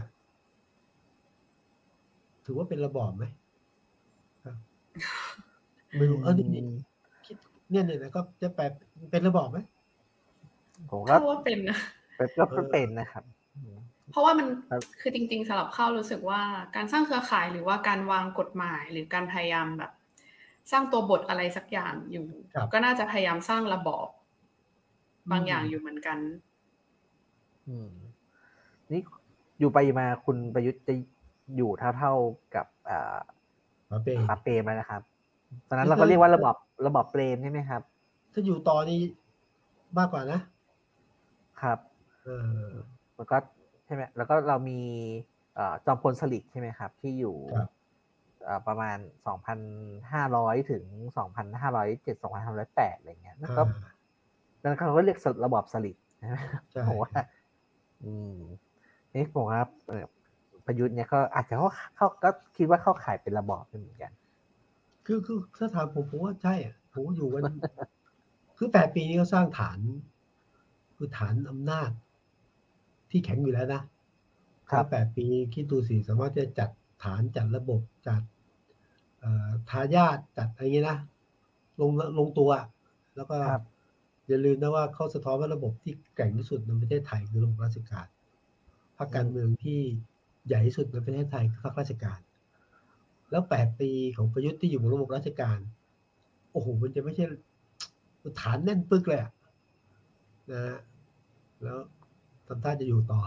ถือว่าเป็นระบอบไหมครับไม่รู้เออนี่คิดเนี่ยเนี่ยก็จะแปดเป็นระบอบไหมผมก็ว่าเป็นนะเป็นก็เป็นนะครับเพราะว่ามันคือจริงๆสำหรับเข้ารู้สึกว่าการสร้างเครือข่ายหรือว่าการวางกฎหมายหรือการพยายามแบบสร้างตัวบทอะไรสักอย่างอยู่ก็น่าจะพยายามสร้างระบอบบางอย่างอยู่เหมือนกันอืมนี่อยู่ไปมาคุณประยุทธ์จะอยู่เท่าๆกับอ่าป๋าเปรมป๋าเปรมแล้วนะครับตอนนั้นเราก็เรียกว่าระบอบระบอบเปรมใช่ไหมครับถ้าอยู่ต่อนี้มากกว่านะครับเออมันก็ใช่ไหมแล้วก็เรามีจอมพลสฤษดิ์ใช่ไหมครับที่อยู่ประมาณ สองพันห้าร้อย ถึง สองพันห้าร้อยเจ็ด สองพันห้าร้อยแปด อะไรเงี้ยแล้วก็แล้วเขาก็เรียกระบอบสฤษดิ์ใช่ไหมผมว่าอืมนี่ผมว่าประยุทธ์เนี่ยก็อาจจะเขาเขาก็คิดว่าเข้าข่ายเป็นระบอบเหมือนกันคือคือถ้าถามผมผมว่าใช่อ่ะผมอยู่กันคือแปดปีนี้ก็สร้างฐานคือฐานอำนาจที่แข็งอยู่แล้วนะครับแปดปีคิดดูสิสามารถจะจัดฐานจัดระบบจัดทายาทจัดอะไรเงี้ยนะลงลงตัวแล้วก็อย่าลืมนะว่าเขาสะท้อนว่าระบบที่แข็งที่สุดในประเทศไทยคือระบบราชการพรรคการเมืองที่ใหญ่ที่สุดในประเทศไทยคือพรรคราชการแล้วแปดปีของประยุทธ์ที่อยู่บนระบบราชการโอ้โหมันจะไม่ใช่ฐานแน่นปึกเลยอ่ะนะแล้วทำท่าจะอยู่ต่อ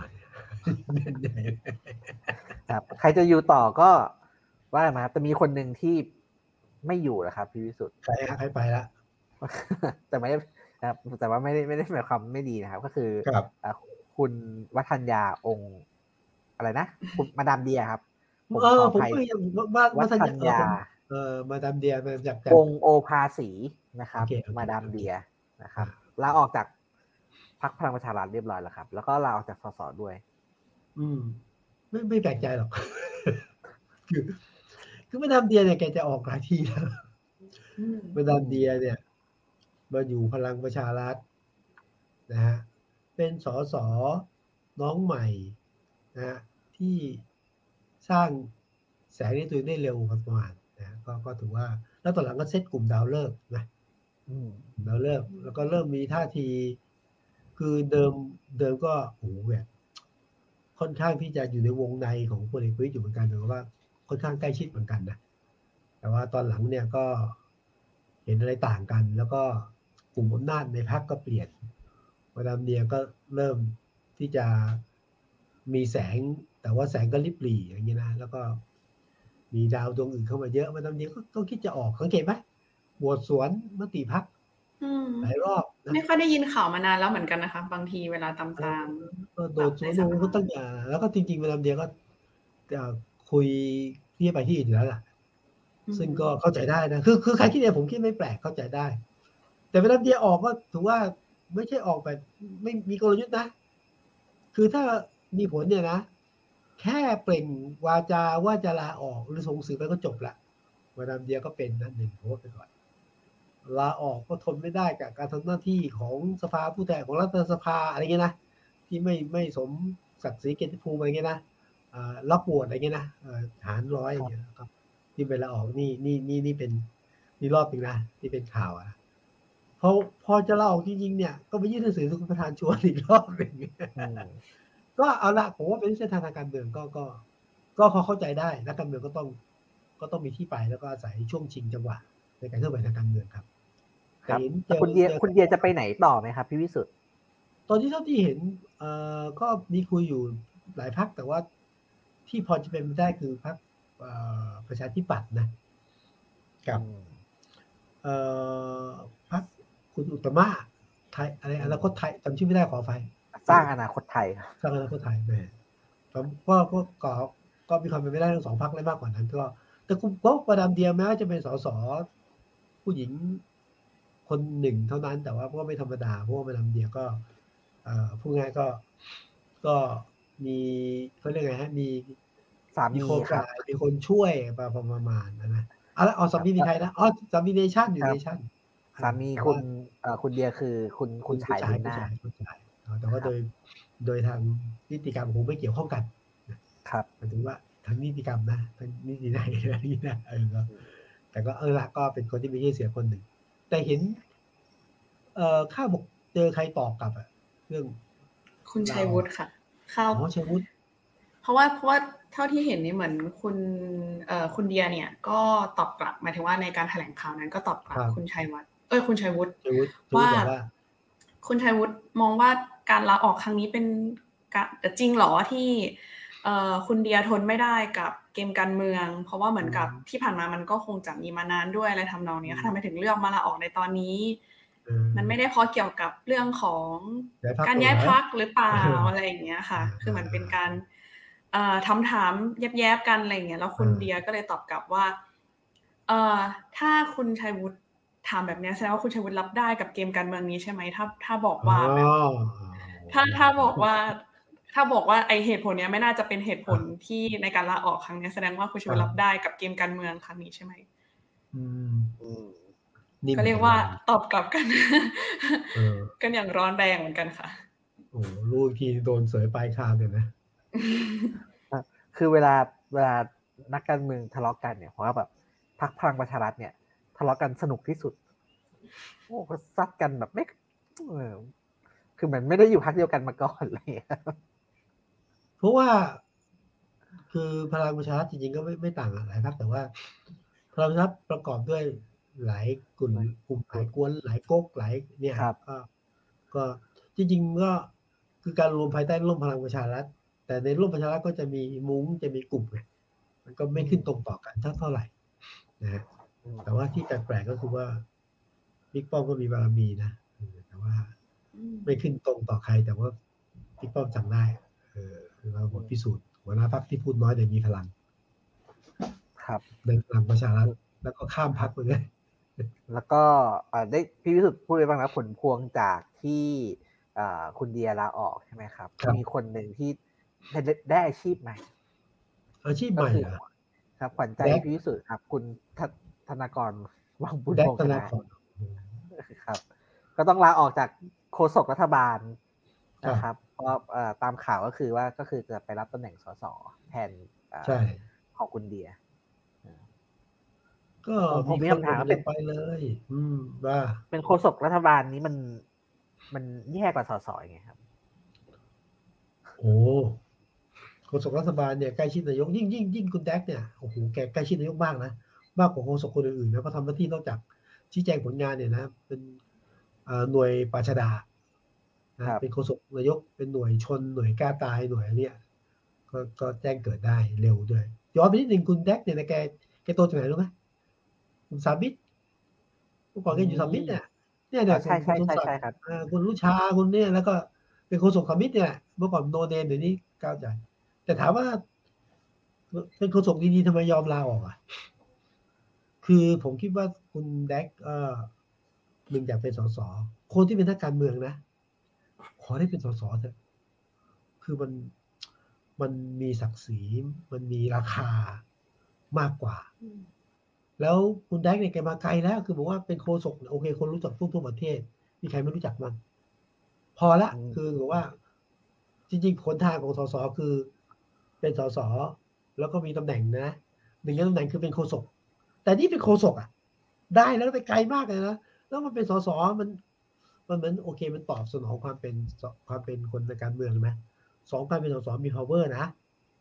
ครับใครจะอยู่ต่อก็ว่ามาแต่มีคนหนึ่งที่ไม่อยู่แล้วครับพี่วิสุทธิ์ใครใครไปละแต่ไม่ได้ครับแต่ว่าไม่ได้ไม่ได้หมายความไม่ดีนะครับก็คือคุณวัฒนยาองค์อะไรนะคุณมาดามเดียครับผมขออภัยวัฒนยาเออมาดามเดียมาจากองค์โอภาสีนะครับมาดามเดียนะครับลาออกจากพรรคพลังประชารัฐเรียบร้อยแล้วครับแล้วก็ลาออกจากสสด้วยอืมไม่ไม่แปลกใจหรอกคือคือมาดามเดียเนี่ยแกจะออกหลายทีแล้วมาดามเดียเนี่ยมาอยู่พลังประชารัฐนะฮะเป็นสสน้องใหม่นะฮะที่สร้างแสงในตัวได้เร็วประมาณนะก็ก็ถือว่าแล้วตอนหลังก็เซตกลุ่มดาวฤกษ์นะดาวฤกษ์แล้วก็เริ่มมีท่าทีคือเดิมเดิมก็โอ้โหแบบค่อนข้างที่จะอยู่ในวงในของพลเอกประยุทธ์อยู่เหมือนกันแต่ว่าค่อนข้างใกล้ชิดเหมือนกันนะแต่ว่าตอนหลังเนี่ยก็เห็นอะไรต่างกันแล้วก็กลุ่มอำนาจในพรรคก็เปลี่ยนมาดามเดียก็เริ่มที่จะมีแสงแต่ว่าแสงก็ริบหรี่อย่างนี้นะแล้วก็มีดาวดวงอื่นเข้ามาเยอะมาดามเดียก็ต้องคิดจะออกสังเกตไหมโหวตสวนมติพรรคหลายรอบไม่ค่อยได้ยินข่าวมานานแล้วเหมือนกันนะคะบางทีเวลาตามตามก็โดดสวนลงก็ตั้งแต่แล้วก็จริงๆมาดามเดียก็คุยที่ไปที่อื่นอยู่แล้วล่ะซึ่งก็เข้าใจได้นะคือคือใครคิดเนี่ยผมคิดไม่แปลกเข้าใจได้แต่มาดามเดียออกก็ถือว่าไม่ใช่ออกแบบไม่มีกลยุทธ์นะคือถ้ามีผลเนี่ยนะแค่เปล่งวาจาว่าจะลาออกหรือส่งสื่อไปก็จบละมาดามเดียก็เป็นนั่นหนึ่งโพสไปก่อนลาออกก็ทนไม่ได้กับการทำหน้าที่ของสภาผู้แทนของรัฐสภาอะไรเงี้ยนะที่ไม่ไม่สมศักดิ์ศรีเกียรติภูมิอะไรเงี้ยนะรับปวดอะไรเงี้ยนะหารร้อยอย่างเงี้ยครับที่ไปลาออกนี่นี่นี่นี่เป็นนี่รอบนึงนะที่เป็นข่าวอ่ะพอพอจะลาออกจริงๆเนี่ยก็ไปยื่นหนังสือถึงประธานชวนอีกรอบนึงก็เอาละผมว่าเป็นเส้นทางทางการเมืองก็ก็ก็พอเข้าใจได้นักการเมืองก็ต้องก็ต้องมีที่ไปแล้วก็อาศัยช่วงชิงจังหวะในการเคลื่อนไหวทางการเมืองครับครับคุณเดียคุณเดียจะไปไหนต่อไหมครับพี่วิสุทธิ์ตอนนี้เท่าที่เห็นเอ่อก็มีคุยอยู่หลายพรรคแต่ว่าที่พอจะเป็นไปได้คือพรรคประชาธิปัตย์นะกับเอ่อพรรคคุณอุตตมะไทยอะไรอนาคตไทยจำชื่อไม่ได้ขอไฟสร้างอนาคตไทยสร้างอนาคตไทยแม่ก็ก็ก็ก็มีความเป็นไปได้ทั้งสองพรรคเลยมากกว่านั้นก็แต่คุณก็ประดามเดียแม้ว่าจะเป็นสสผู้หญิงคนหนึ่งเท่านั้นแต่ว่าก็ไม่ธรรมดาเพราะว่าประดามเดียก็พูดง่ายก็ก็มีเขาเรียกไงฮะมีสามีครับมีคนช่วยประมาณนั้นนะอ๋ออ๋อสามีมีใครนะอ๋อสามีเนชั่นอยู่เนชั่นสามีคุณเอ่อคุณเดียคือคุณคุณชายลีน่าแต่ว่าโดยโดยทางนิติกรรมคงไม่เกี่ยวข้องกันครับหมายถึงว่าทางนิติกรรมนะทางนิตินายนี่นะเออก็แต่ก็เออละก็เป็นคนที่มีชื่อเสียงคนหนึ่งแต่เห็นเอ่อข้าวบอกเจอใครตอบกลับอะเรื่องคุณชัยวุฒิค่ะข้าวอ๋อชัยวุฒิเพราะว่าเพราะว่าเท่าที่เห็นนี่เหมือนคุณเอ่อคุณเดียเนี่ยก็ตอบกลับหมายถึงว่าในการแถลงข่าวนั้นก็ตอบกลับคุณชัยวัฒน์เอ้ยคุณชัยวุฒิว่าคุณชัยวุฒิมองว่าการลาออกครั้งนี้เป็นจริงหรอที่เอ่อคุณเดียทนไม่ได้กับเกมการเมืองเพราะว่าเหมือนกับที่ผ่านมามันก็คงจะมีมานานด้วยอะไรทำนองนี้ทำไมถึงเลือกมาลาออกในตอนนี้มันไม่ได้เพราะเกี่ยวกับเรื่องของการย้ายพรรคหรือเปล่าอะไรอย่างเงี้ยค่ะคือมันเป็นการเอ่อถามถามแยบๆกันอะไรอย่างเงี้ยแล้วคุณเดียก็เลยตอบกลับว่าเอ่อถ้าคุณชัยวุฒิถามแบบนี้แสดงว่าคุณชัยวุฒิรับได้กับเกมการเมืองนี้ใช่ไหมถ้าถ้าบอกว่าแบบถ้าถ้าบอกว่าถ้าบอกว่าไอเหตุผลเนี้ยไม่น่าจะเป็นเหตุผลที่ในการลาออกครั้งนี้แสดงว่าคุณชัยวุฒิรับได้กับเกมการเมืองครั้งนี้ใช่ไหมอืมก็เรียกว่าตอบกลับกันกันอย่างร้อนแรงเหมือนกันค่ะโอ้ลูกทีโดนเสยปลายคางเลยนะคือเวลาเวลานักการเมืองทะเลาะกันเนี่ยเพราะว่าแบบพรรคพลังประชารัฐเนี่ยทะเลาะกันสนุกที่สุดโอ้ก็ซัดกันแบบไม่คือเหมือนไม่ได้อยู่พรรคเดียวกันมาก่อนเลยเพราะว่าคือพลังประชารัฐจริงๆก็ไม่ไม่ต่างหลายพรรคแต่ว่าพลังประชารัฐประกอบด้วยหลายกลุ่มกลุ่มหลายกวนหลายก๊กหลายเนี่ยก็ก็จริงๆก็คือการรวมภายใต้ร่มพลังประชารัฐแต่ในร่มประชารัฐก็จะมีมุ้งจะมีกลุ่มไงมันก็ไม่ขึ้นตรงต่อกันเท่าไหร่นะฮะแต่ว่าที่แปลกๆก็คือว่าบิ๊กป้อมก็มีบารมีนะแต่ว่าไม่ขึ้นตรงต่อใครแต่ว่าบิ๊กป้อมจำได้เออเราบทพิสูจน์หัวหน้าพรรคที่พูดน้อยแต่มีพลังครับในพลังประชารัฐแล้วก็ข้ามพรรคไปเลยแล้วก็ได้พี่วิสุทธิ์พูดไปบ้างนะผลพวงจากที่คุณเดียลาออกใช่ไหมครับมีคนหนึ่งที่ได้อาชีพใหม่อาชีพใหม่ครับขวัญใจพี่วิสุทธิ์ครับคุณธนากรวังบุญวงศ์นะครับก็ต้องลาออกจากโฆษกรัฐบาลนะครับเพราะตามข่าวก็คือว่าก็คือจะไปรับตำแหน่งสสแทนของคุณเดียก็ผมมีคำถามเป็นไปเลยอืมว่าเป็นโฆษกรัฐบาลนี้มันมันแย่กว่าสสไงครับโอ้โฆษกรัฐบาลเนี่ยใกล้ชิดนายกยิ่งยิ่งยิ่งคุณแดกเนี่ยโอ้โหแกใกล้ชิดนายกมากนะมากกว่าโฆษกคนอื่นๆนะเพราะทำหน้าที่นอกจากชี้แจงผลงานเนี่ยนะเป็นหน่วยปราชญ์ดานะเป็นโฆษกนายกเป็นหน่วยชนหน่วยกล้าตายหน่วยเนี่ยก็ก็แจ้งเกิดได้เร็วด้วยย้อนไปนิดนึงคุณแดกเนี่ยนะแกแกโตจากไหนรู้ไหมคุณสามิตรเมื่อก่อนแกอยู่สามิตรเนี่ยเนี่ยเนี่ยใช่ใช่ใช่ใช่ครับคุณรุชาคุณเนี่ยแล้วก็เป็นโฆษกสามิตรเนี่ยเมื่อก่อนโนเนมเดี๋ยวนี้ก้าวใจแต่ถามว่าเป็นโฆษกดีๆทำไมยอมลาออกอ่ะคือผมคิดว่าคุณแดกเอ่อมึงอยากเป็นสสคนที่เป็นนักการเมืองนะขอได้เป็นสสเถอะคือมันมันมีศักดิ์ศรีมันมีราคามากกว่าแล้วคุณแดกเนี่ยแกมาไกลแล้วคือบอกว่าเป็นโฆษกโอเคคนรู้จักทั่วประเทศมีใครไม่รู้จักมันพอละคือบอกว่าจริงๆผลทางของสสคือเป็นสสแล้วก็มีตำแหน่งนะหนึ่งในตำแหน่งคือเป็นโฆษกแต่นี่เป็นโฆษกอ่ะได้แล้วไปไกลมากเลยนะแล้วมันเป็นสสมันมันเหมือนโอเคมันตอบสนองความเป็นความเป็นคนในการเมืองไหมสองการเป็นสสมี power นะ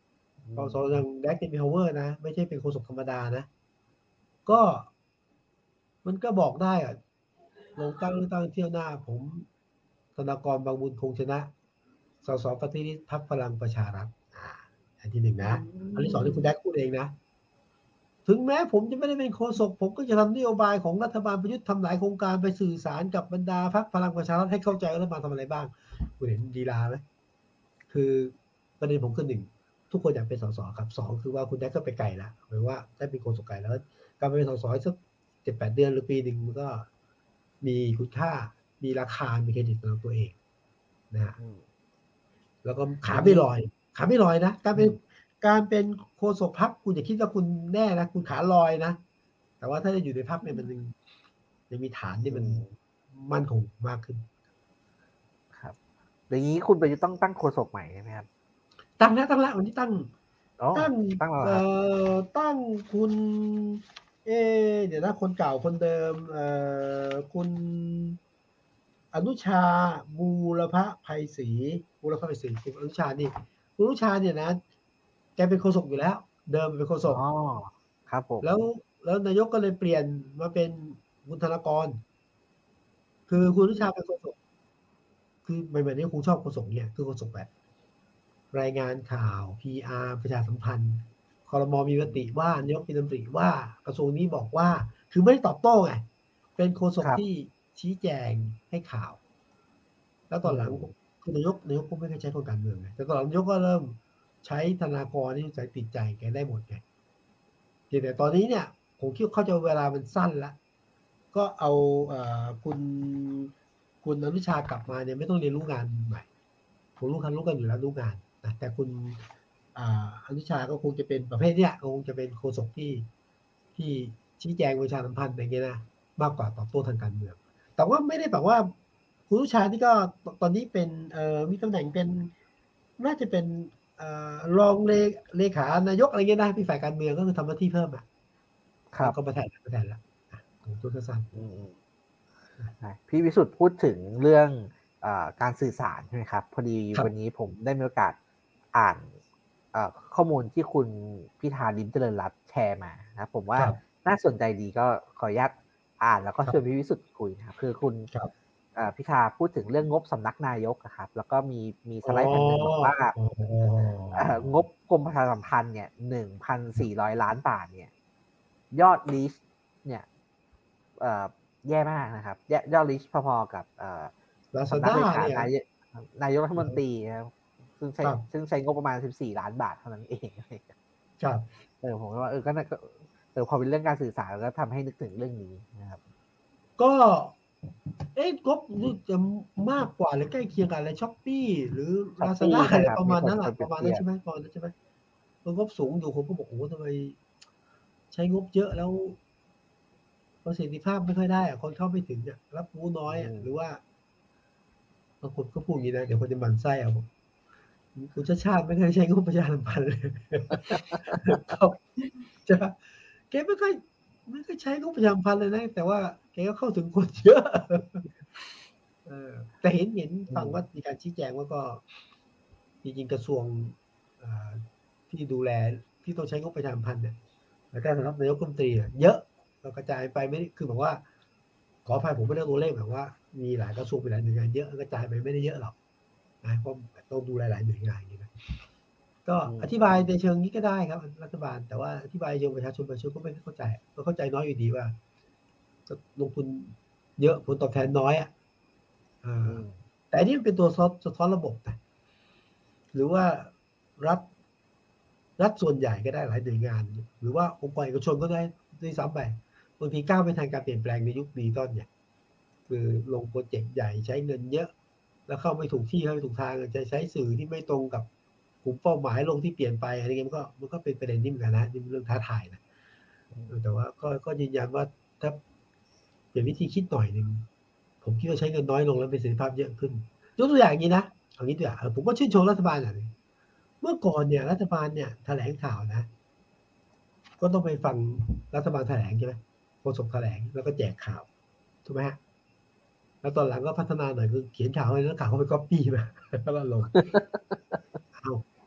สสอย่างแดกเดมิฮาวเวอร์นะไม่ใช่เป็นโฆษกธรรมดานะก็มันก็บอกได้อะลงตั้งเลือกตั้งเที่ยวหน้าผมธนากรบางบุญคงชนะสสปฏิริษีพรรคพลังประชารัฐอ่าอันที่หนึ่งนะอันที่สองที่คุณแดกพูดเองนะถึงแม้ผมจะไม่ได้เป็นโฆษกผมก็จะทำนโยบายของรัฐบาลประยุทธ์ทำหลายโครงการไปสื่อสารกับบรรดาพรรคพลังประชารัฐให้เข้าใจรัฐบาลทำอะไรบ้างคุณเห็นดีลาไหมคือประเด็นผมคือหนึ่งทุกคนอยากเป็นสสครับสองคือว่าคุณแดกก็ไปไกลแล้วหมายว่าได้เป็นโฆษกไกลแล้วการเป็นสสสักเจ็ดแปดเดือนหรือปีหนึ่งมันก็มีคุณค่ามีราคามีเครดิตสำหรับตัวเองนะฮะแล้วก็ขาไม่ลอยขาไม่ลอยนะการเป็นการเป็นโฆษกพรรคคุณอย่าคิดว่าคุณแน่นะคุณขาลอยนะแต่ว่าถ้าจะอยู่ในพรรคเนี่ยมันยังมีฐานที่มันมั่นคงมากขึ้นครับอย่างนี้คุณประยุทธ์ต้องตั้งโฆษกใหม่ใช่ไหมครับตั้งแล้วตั้งแล้ววันนี้ตั้งตั้งตั้งเอ่อตั้งคุณเอเดี๋ยวนะคนเก่าคนเดิมเอ่อคุณอนุชาบูรพไพศรีบูรพไพศรีคุณอนุชานี่คุณอนุชาเนี่ยนะแกเป็นโฆษกอยู่แล้วเดิมเป็นโฆษกอ๋อครับผมแล้วแล้วนายกก็เลยเปลี่ยนมาเป็นคุณธนากรคือคุณอนุชาเป็นโฆษกคือใหม่ๆนี้คงชอบโฆษกเนี่ยคือโฆษกแบบรายงานข่าว พี อาร์ ประชาสัมพันธ์ครม.มีมติว่านายกมีมติว่ากระทรวงนี้บอกว่าคือไม่ได้ตอบโต้ไงเป็นโฆษกที่ชี้แจงให้ข่าวแล้วตอนหลังคือนายกนายกก็ไม่เคยใช้คนการเมืองไงแต่ตอนหลังนายกก็เริ่มใช้ธนากรที่ใจติดใจแกได้หมดไงแต่ตอนนี้เนี่ยผมคิดเข้าใจเวลามันสั้นละก็เอาเอ่อคุณคุณอนุชากลับมาเนี่ยไม่ต้องเรียนรู้งานใหม่ผมรู้กันรู้กันอยู่แล้วรู้งานนะแต่คุณอ่าอนุชาก็คงจะเป็นประเภทเนี้ยคงจะเป็นโฆษกที่ที่ชี้แจงประชาสัมพันธ์อย่างเงี้ยนะมากกว่าตอบโต้ทางการเมืองแต่ว่าไม่ได้แบบว่าคุณอนุชาที่ก็ตอนนี้เป็นเอ่อมีตำแหน่งเป็นน่าจะเป็นเอ่อรองเลเลขานายกอะไรเงี้ยนะที่ฝ่ายการเมืองก็คือทำหน้าที่เพิ่มอ่ะครับก็มาแทนมาแทนละของตัวสั้นพี่วิสุทธ์พูดถึงเรื่องการสื่อสารใช่ไหมครับพอดีวันนี้ผมได้มีโอกาสอ่านข้อมูลที่คุณพิธาลิ้มเจริญรัตน์แชร์มานะผมว่าน่าสนใจดีก็ขออนุญาตอ่านแล้วก็ชวนพี่วิสุทธ์คุยนะครับคือคุณพิธาพูดถึงเรื่องงบสำนักนายกครับแล้วก็มีมีสไลด์แผ่นหนึ่งบอกว่างบกรมประชาสัมพันธ์เนี่ยหนึ่งพันสี่ร้อยล้านบาทเนี่ยยอดลิสต์เนี่ยแย่มากนะครับยอดลิสต์พอๆกับสำนักเลขานายนายกรัฐมนตรีครับซึ่งใช้ซึ่งใช้งบประมาณสิบสี่ล้านบาทเท่านั้นเองครับเออผมว่าเออก็เออพอเป็นเรื่องการสื่อสารก็ทำให้นึกถึงเรื่องนี้นะครับก็เอ๊ะงบจะมากกว่าหรือใกล้เคียงกันอะไรช้อปปี้หรือลาซาด้าอะไรประมาณนั้นแหละประมาณนั้นใช่ไหมตอนนั้นใช่ไหมงบสูงอยู่ผมก็บอกโอ้ทำไมใช้งบเยอะแล้วประสิทธิภาพไม่ค่อยได้อะคนเข้าไม่ถึงอ่ะรับรู้น้อยอ่ะหรือว่าบางคนก็พูดอย่างนี้นะเดี๋ยวคนจะหมั่นไส้เอาคุณชาติชาติไม่เคยใช้งบประชาสัมพันธ์เลยครับใช่ไหมแกไม่ค่อยไม่ค่อยใช้งบประชาสัมพันธ์เลยนะแต่ว่าแกก็เข้าถึงคนเยอะเออแต่เห็นเห็นฟังว่ามีการชี้แจงว่าก็จริงๆกระทรวงที่ดูแลที่ต้องใช้งบประชาสัมพันธ์เนี่ยแล้วก็สำนักนายกรัฐมนตรีเยอะเรากระจายไปไม่คือแบบว่าขออภัยผมไม่ได้ตัวเลขแบบว่ามีหลายกระทรวงมีหลายหน่วยงานเยอะกระจายไปไม่ได้เยอะหรอกนะเพราะต้องดูหลายๆหน่วยงานอย่างนี้นะก็อธิบายในเชิงนี้ก็ได้ครับรัฐบาลแต่ว่าอธิบายเชิงประชาชนประชาชนก็ไม่เข้าใจก็เข้าใจน้อยอยู่ดีว่าลงทุนเยอะผลตอบแทนน้อยอ่ะแต่อันนี้มันเป็นตัวสะท้อนระบบนะหรือว่ารัฐรัฐส่วนใหญ่ก็ได้หลายหน่วยงานหรือว่าองค์กรเอกชนก็ได้ด้วยซ้ำไปบางทีก้าวไปทางการเปลี่ยนแปลงในยุคดิจิตอลเนี่ยคือลงโปรเจกต์ใหญ่ใช้เงินเยอะแล้วเข้าไม่ถูกที่เข้าไม่ถูกทางจะใช้สื่อที่ไม่ตรงกับกลุ่มเป้าหมายลงที่เปลี่ยนไปอะไรเงี้ยมันก็มันก็เป็นประเด็นที่เหมือนกันนะนี่เป็นเรื่องท้าทายนะแต่ว่าก็ก็ยืนยันว่าถ้าเปลี่ยนวิธีคิดหน่อยนึงผมคิดว่าใช้เงินน้อยลงแล้วประสิทธิภาพเยอะขึ้นยกตัวอย่างนี้นะเอางี้ตัวอย่างผมก็ชื่นชมรัฐบาลอย่างนึงเมื่อก่อนเนี่ยรัฐบาลเนี่ยแถลงข่าวนะก็ต้องไปฟังรัฐบาลแถลงใช่ไหมโฆษกแถลงแล้วก็แจกข่าวถูกไหมฮะแล้วตอนหลังก็พัฒนาหน่อยคือเขียนข่าวให้นักข่าวเขาไปก๊อปปี้มาแล้วก็ลงเอา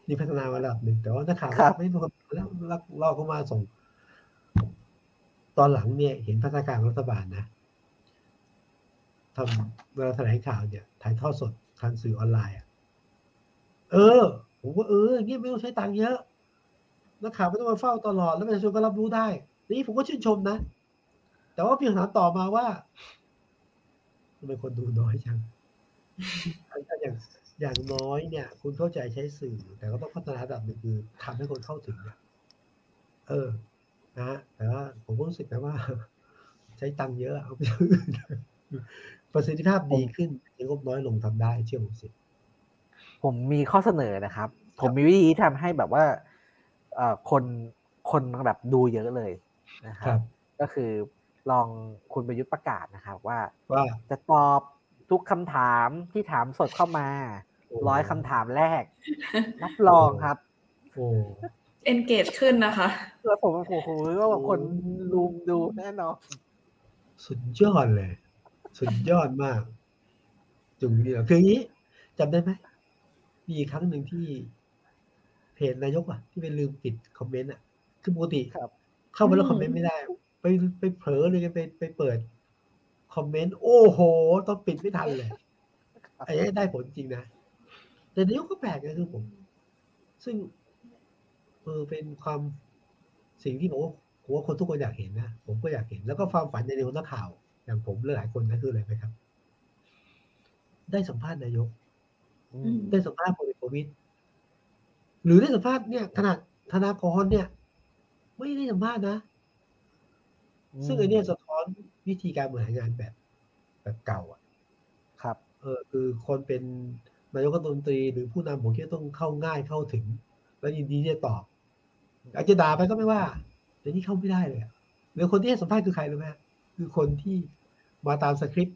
นี่พัฒนามาระดับหนึ่งแต่ว่านักข่าวครับไม่รู้แล้วลอกเข้ามาส่ง ตอนหลังเนี่ย เห็นพัฒนาการของรัฐบาลนะทำเวลาแถลงข่าวเนี่ยถ่ายทอดสดทางสื่อออนไลน์อ่ะเออผมว่าเอออย่างเงี้ยไม่ต้องใช้ตังค์เยอะนักข่าวไม่ต้องมาเฝ้าตลอดแล้วประชาชนก็รับรู้ได้นี่ผมก็ชื่นชมนะแต่ว่ามีคำถามต่อมาว่าทำไมคนดูน้อยจังอย่างอย่างน้อยเนี่ยคุณเข้าใจใช้สื่อแต่ก็ต้องพัฒนาระดับหนึ่งคือทำให้คนเข้าถึงเนี่ยเออนะฮะแต่ว่าผมก็รู้สึกนะว่าใช้ตังค์เยอะเอาไปอื่นประสิทธิภาพดีขึ้นงบน้อยลงทำได้เชื่อผมสิผมมีข้อเสนอนะครับ ผมมีวิธีทำให้แบบว่าเอ่อคนคนแบบดูเยอะเลยนะครับ ก็คือลองคุณประยุทธ์ประกาศนะครับว่าว่าจะตอบทุกคำถามที่ถามสดเข้ามาร้อยคำถามแรกรับรองครับโอ้ engage ขึ้นนะคะแล้วผมโอ้โหว่าแบบคนรูมดูแน่นอนสุดยอดเลยสุดยอดมากจุงนี่คืออย่างนี้จำได้ไหมมีอีกครั้งหนึ่งที่เพจนายกอ่ะที่ไปลืมปิดคอมเมนต์อ่ะคือปกติเข้ามาแล้วคอมเมนต์ไม่ได้ไปไปเผลอเลยไปไปเปิดคอมเมนต์โอ้โหต้องปิดไม่ทันเลยไอ้ได้ผลจริงนะแต่นายกก็แปลกนะคือผมซึ่งเออเป็นความสิ่งที่ผมว่าผมว่าคนทุกคนอยากเห็นนะผมก็อยากเห็นแล้วก็ความฝันในเรื่องนักข่าวอย่างผมหลายคนนะคืออะไรไหมครับได้สัมภาษณ์นายกได้สัมภาษณ์พลเอกประวิตรหรือได้สัมภาษณ์เนี่ยขนาดธนากรเนี่ยไม่ได้สัมภาษณ์นะซึ่งไอ้นี่สะท้อนวิธีการบริหารงานแบบแบบเก่าอ่ะครับเออคือคนเป็นนายกรัฐมนตรีหรือผู้นำผมคิดว่าต้องเข้าง่ายเข้าถึงแล้วยินดีที่จะตอบอาจจะด่าไปก็ไม่ว่าแต่นี่เข้าไม่ได้เลยหรือคนที่ให้สัมภาษณ์คือใครรู้ไหมคือคนที่มาตามสคริปต์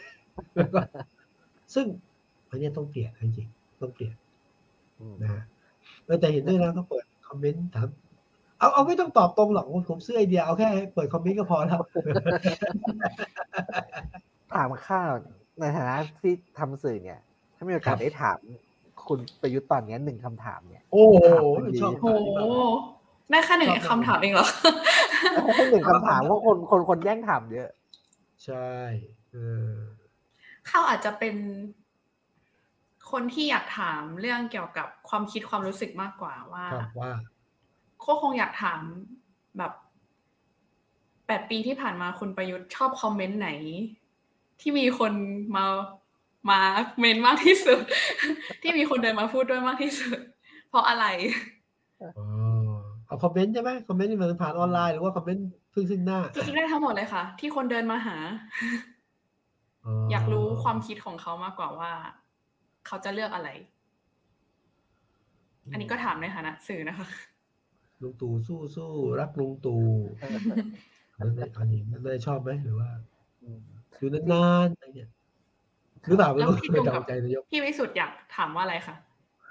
ซึ่งอันนี้ต้องเปลี่ยนจริงๆต้องเปลี่ยนนะแต่เห็นด้วยนะก็เปิดคอมเมนต์ถามเอาเอาไม่ต้องตอบตรงหรอกผมซื้อไอเดียเอาแค่เปิดคอมเมนต์ก็พอแล้วถามข้าวในฐานะที่ทำสื่อเนี่ยถ้ามีโอกาสได้ถามคุณประยุทธ์ตอนนี้หนึ่งคำถามเนี่ยโอ้โหชอบโอ้ได้แค่หนึ่งคำถามเองเหรอแค่หนึ่งคำถามเพราะคนคนคนแย่งถามเยอะใช่เออเขาอาจจะเป็นคนที่อยากถามเรื่องเกี่ยวกับความคิดความรู้สึกมากกว่าว่าว่าก็คงอยากถามแบบแปดปีที่ผ่านมาคุณประยุทธ์ชอบคอมเมนต์ไหนที่มีคนมามาเมนมากที่สุดที่มีคนเดินมาพูดด้วยมากที่สุดเพราะอะไรอ๋อเอาคอมเมนต์ใช่ไหมคอมเมนต์ที่มันผ่านออนไลน์หรือว่าคอมเมนต์ซึ่งซึ่งหน้าจริงๆได้ทั้งหมดเลยค่ะที่คนเดินมาหาอยากรู้ความคิดของเขามากกว่าว่าเขาจะเลือกอะไรอันนี้ก็ถามในฐานะสื่อนะคะลุงตู่สู้สู้รักลุงตู่อันนี้มันได้ชอบไหมหรือว่าอยู่นานๆอะไรเนี่ยหรือเปล่าไม่รู้ไม่เดาใจนายกพี่วิสุทธ์อยากถามว่าอะไรคะ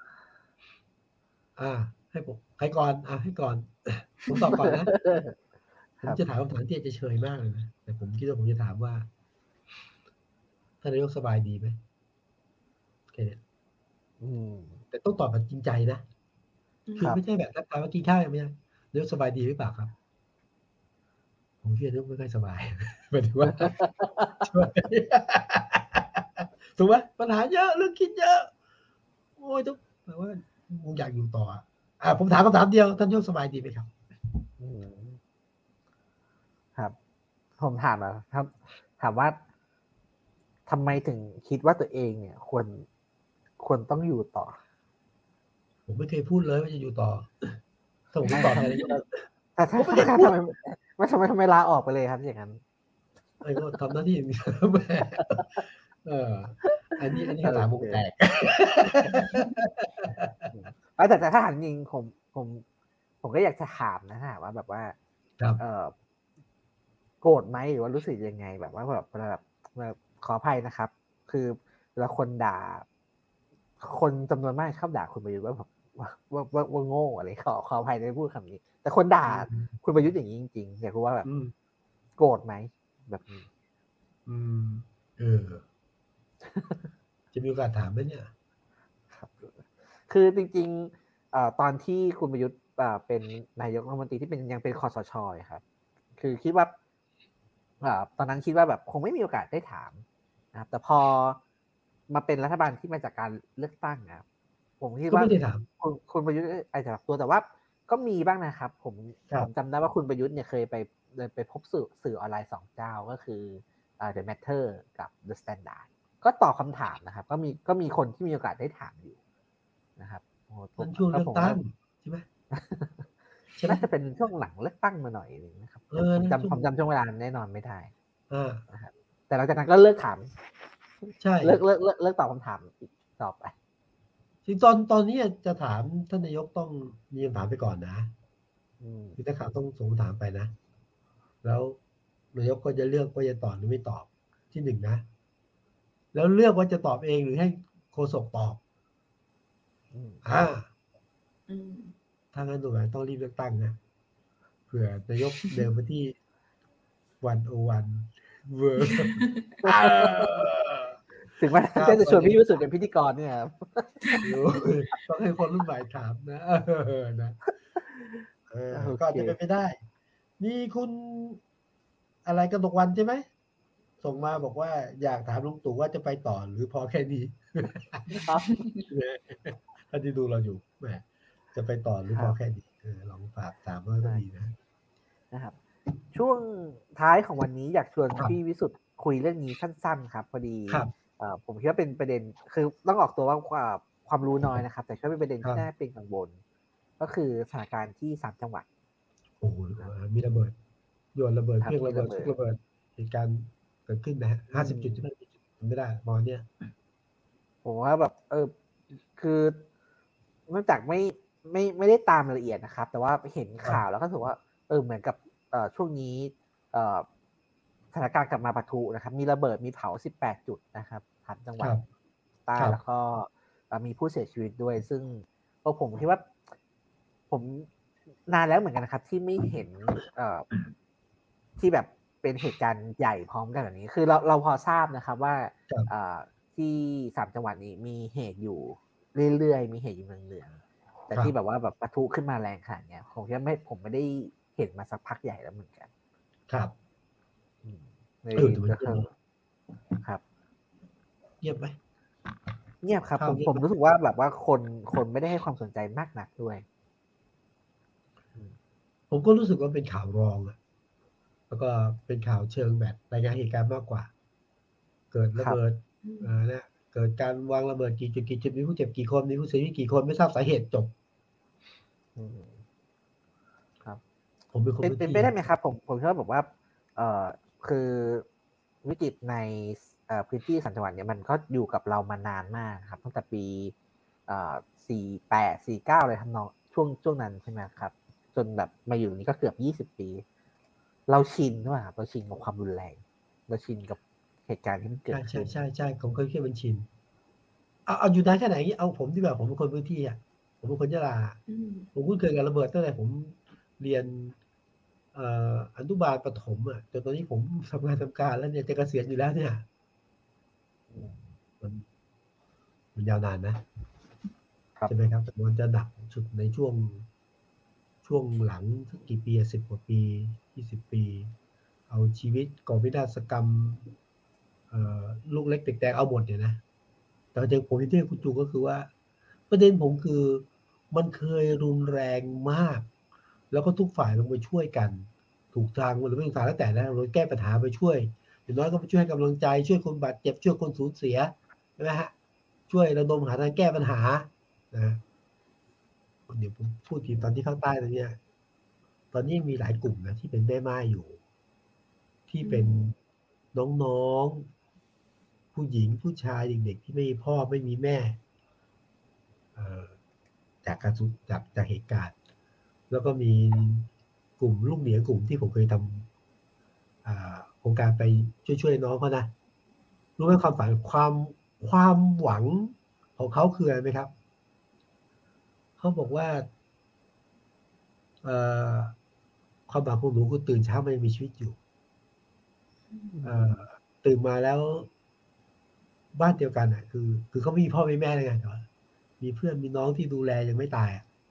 อ่าให้ผมใครก่อนอ่ะให้ก่อนผมตอบก่อนนะผมจะถามคำถามที่จะเฉยมากเลยนะแต่ผมคิดว่าผมจะถามว่าท่านนายกสบายดีไหมแค่นี้แต่ต้องตอบแบบจริงใจนะคือไม่ใช่แบบทักทายว่ากินข้าวยังไม่ได้นายกสบายดีหรือเปล่าครับผมคิดว่านายกไม่ค่อยสบายหมายถึงว่าถูกไหมปัญหาเยอะเรื่องคิดเยอะโอ้ยทุกแปลว่าคงอยากอยู่ต่ออ่าผมถามคำถามเดียวท่านนายกสบายดีไหมครับครับผมถามอ่ะครับถามว่าทำไมถึงคิดว่าตัวเองเนี่ยควรควรต้องอยู่ต่อผมไม่เคยพูดเลยว่าจะอยู่ต่อถ้าผมตอบอะไรก็แต่ถ้าทำไมไม่ทำไมทำไมลาออกไปเลยครับอย่างนั้นไอ้ก็ทำหน้าที่อย่างนี้แม่เอออันนี้อันนี้คำถามมุกแตกแต่แต่ถ้าถามจริงผมผมผมก็อยากจะถามนะถามว่าแบบว่าเออโกรธไหมหรือว่ารู้สึกยังไงแบบว่าแบบแบบขออภัยนะครับคือเวลาคนด่าคนจำนวนมากชอบด่าคุณประยุทธ์ว่าแบบว่าว่าว่าโง่อะไรขอขออภัยในพูดคำนี้แต่คนด่าคุณประยุทธ์อย่างนี้จริงๆอยากรู้ว่าแบบโกรธไหมแบบนี้อืมเออจะมีโอกาสถามไหมเนี่ยครับคือจริงเอ่อตอนที่คุณประยุทธ์เอ่อเป็นนายกรัฐมนตรีที่เป็นยังเป็นคสช.ครับคือคิดว่าเอ่อตอนนั้นคิดว่าแบบคงไม่มีโอกาสได้ถามนะครับแต่พอมาเป็นรัฐบาลที่มาจากการเลือกตั้งนะครับผมคิดก็ว่าไม่ได้ถามคุณคุณประยุทธ์อาจจะปรับตัวแต่ว่าก็มีบ้างนะครับผมครับผมจำได้ว่าคุณประยุทธ์เนี่ยเคยไปเดินไปพบสื่อสื่อออนไลน์สองเจ้าก็คือเอ่อ The Matter กับ The Standard ก็ตอบคำถามนะครับก็มีก็มีคนที่มีโอกาสได้ถามอยู่นะครับโอ้โหผมนั่นช่วงเลือกผมตั้ว่างใช่ไหม ใช่ไหมน่าจะเป็นช่วงหลังเลือกตั้งมาหน่อยนึงนะครับเออผมนั่นช่วงจำผมจำช่วงเวลาแน่นอนไม่ได้อ่านะครับแต่หลังจากนั้นก็เลิกถามใช่เลิกเลิกเลิกเลิกตอบคำถามอีกต่อไปจริงตอนตอนนี้จะถามท่านนายกต้องมีคำถามไปก่อนนะอืมคือนักข่าวต้องส่งคำถามไปนะ แล้วนายกก็จะเลือกว่าจะตอบหรือไม่ตอบที่หนึ่งนะ แล้วเลือกว่าจะตอบเองหรือให้โฆษกตอบอืมอ่าอืมถ้างั้นดูแบบต้องรีบเลือกตั้งนะเผื่อนายกเดินมาที่วันโอวันเวอร์ถึงแม้ครับจะชวนพี่วิสุทธิ์เป็นพิธีกรเนี่ยครับต้องให้คนรุ่นใหม่ถามนะเออนะเออโอเคก็อาจจะเป็นไปได้ มีคุณอะไรกนกวันใช่ไหมส่งมาบอกว่าอยากถามลุงตู่ว่าจะไปต่อหรือพอแค่นี้ครับท่านที่ดูเราอยู่แหมจะไปต่อหรือพอแค่นี้เออลองฝากถามว่าก็ดีนะนะครับช่วงท้ายของวันนี้อยากชวนครับพี่วิสุทธิ์คุยเรื่องนี้สั้นๆครับพอดีครับเอ่อผมคิดว่าเป็นประเด็นคือต้องออกตัวว่าความความรู้น้อยนะครับ แต่ก็เป็นประเด็นครัที่บน่าเป็นกังวล ก็คือสถานการณ์ที่สามจังหวัดโอ้โหมีระเบิดโยนระเบิดครับเครื่องระเบิดมีระเบิดทุกระเบิดเหตุการณ์เกิดขึ้นนะฮะห้าสิบอืมจุดใช่ไหมจำไม่ได้ประมาณเนี้ยผมว่าแบบเออคือนอกจากไม่ไม่ไม่ได้ตามรายละเอียดนะครับ แต่ว่าเห็นข่าวแล้วก็ถือว่าเออเหมือนกับเอ่อช่วงนี้เอ่อสถานการณ์กลับมาปะทุนะครับ มีระเบิดมีเผาสิบแปดจุดนะครับสามจังหวัดครับใต้ครับแล้วก็เอ่อมีผู้เสียชีวิตด้วย ซึ่งพอผมคิดว่า ผมนานแล้วเหมือนกันนะครับ ที่ไม่เห็นเอ่อที่แบบเป็นเหตุการณ์ใหญ่พร้อมกันแบบนี้ คือเราเราพอทราบนะครับว่าครับเอ่อที่สามจังหวัดนี้มีเหตุอยู่เรื่อยๆมีเหตุอยู่เนืองๆแต่ครับที่แบบว่าแบบปะทุขึ้นมาแรงขนาดเนี้ยผมคิดว่าไม่ผมไม่ได้เห็นมาสักพักใหญ่แล้วเหมือนกันครับอืมในเออแต่มันก็คือครับเงียบไหมเงียบครับข่าผวมเงียบผมรู้สึกว่าแบบว่าคนคนไม่ได้ให้ความสนใจมากนักด้วยผมก็รู้สึกว่าเป็นข่าวรองอะแล้วก็เป็นข่าวเชิงแบบรายงานเหตุการณ์มากกว่า เกิดระเบิดอืมเอ่อเนี่ยเกิดการวางระเบิดกี่จุดกี่จุดมีผู้เจ็บกี่คนมีผู้เสียชีวิตกี่คนไม่ทราบสาเหตุจบอืมครับผมเป็นคนเป็นพื้นเป็นที่ไปได้ไหมครับ ผมผมคิดว่าแบบว่าเอ่อคือวิกฤตในเอ่อพื้นที่สามจังหวัดเนี่ยมันก็อยู่กับเรามานานมากครับ ตั้งแต่ปีเอ่อสี่แปดสี่เก้าเลยทำนองช่วงช่วงนั้นใช่ไหมครับ จนแบบมาอยู่นี้ก็เกือบยี่สิบปี เราชินด้วยครับเราชินกับความรุนแรง เราชินกับเหตุการณ์ที่มันเกิใช่ดใช่ขึ้นใช่ใช่ผมเคยคิดเป็นชินเอาเอาอยู่นานแค่ไหนงี้เอาผมดีกว่าผมเป็นคนพื้นที่อ่ะผมเป็นคนยะลาอืมผมคุ้นเคยกับระเบิดตั้งแต่ผมเรียนเอ่ออนุบาลประถมอ่ะจนตอนนี้ผมทำงานทำการแล้วเนี่ยจะเกษียณอยู่แล้วเนี่ยมันมันยาวนานนะครับ ใช่ไหมครับแต่มันจะหนักสุดในช่วงช่วงหลังสักกี่ปีสิบกว่าปียี่สิบปี เอาชีวิตก่อวินาศกรรมเอ่อลูกเล็กเด็กแดงเอาหมดเนี่ยนะแต่จริงผมที่คุณจูก็คือว่า ประเด็นผมคือมันเคยรุนแรงมาก แล้วก็ทุกฝ่ายลงไปช่วยกัน ถูกทางหรือไม่ถูกทางแล้วแต่นะเราแก้ปัญหาไปช่วยอย่างน้อยก็ไปช่วยให้กำลังใจช่วยคนบาดเจ็บช่วยคนสูญเสียใช่ไหมฮะช่วยระดมหาทางแก้ปัญหานะเดี๋ยวผมพูดทีตอนที่ข้างใต้ตอนนี้ตอนนี้มีหลายกลุ่มนะที่เป็นแม่ไม้อยู่ ที่เป็นน้องๆผู้หญิงผู้ชายเด็กๆที่ไม่มีพ่อไม่มีแม่เอ่อจากการสุจากจากเหตุการณ์ แล้วก็มีกลุ่มลูกเหนือกลุ่มที่ผมเคยทำอ่าโครงการไปช่วยๆน้องเขานะรู้ไหมความฝันความความหวังของเขาคืออะไรไหมครับเขาบอกว่าเอ่อความหวังของหนูคือตื่นเช้ามันยังมีชีวิตอยู่เอ่อตื่นมาแล้วบ้านเดียวกันอ่ะคือ คือเขาไม่มีพ่อไม่มีแม่เลยไงแต่ว่ามีเพื่อนมีน้องที่ดูแลยังไม่ตายอ่ะ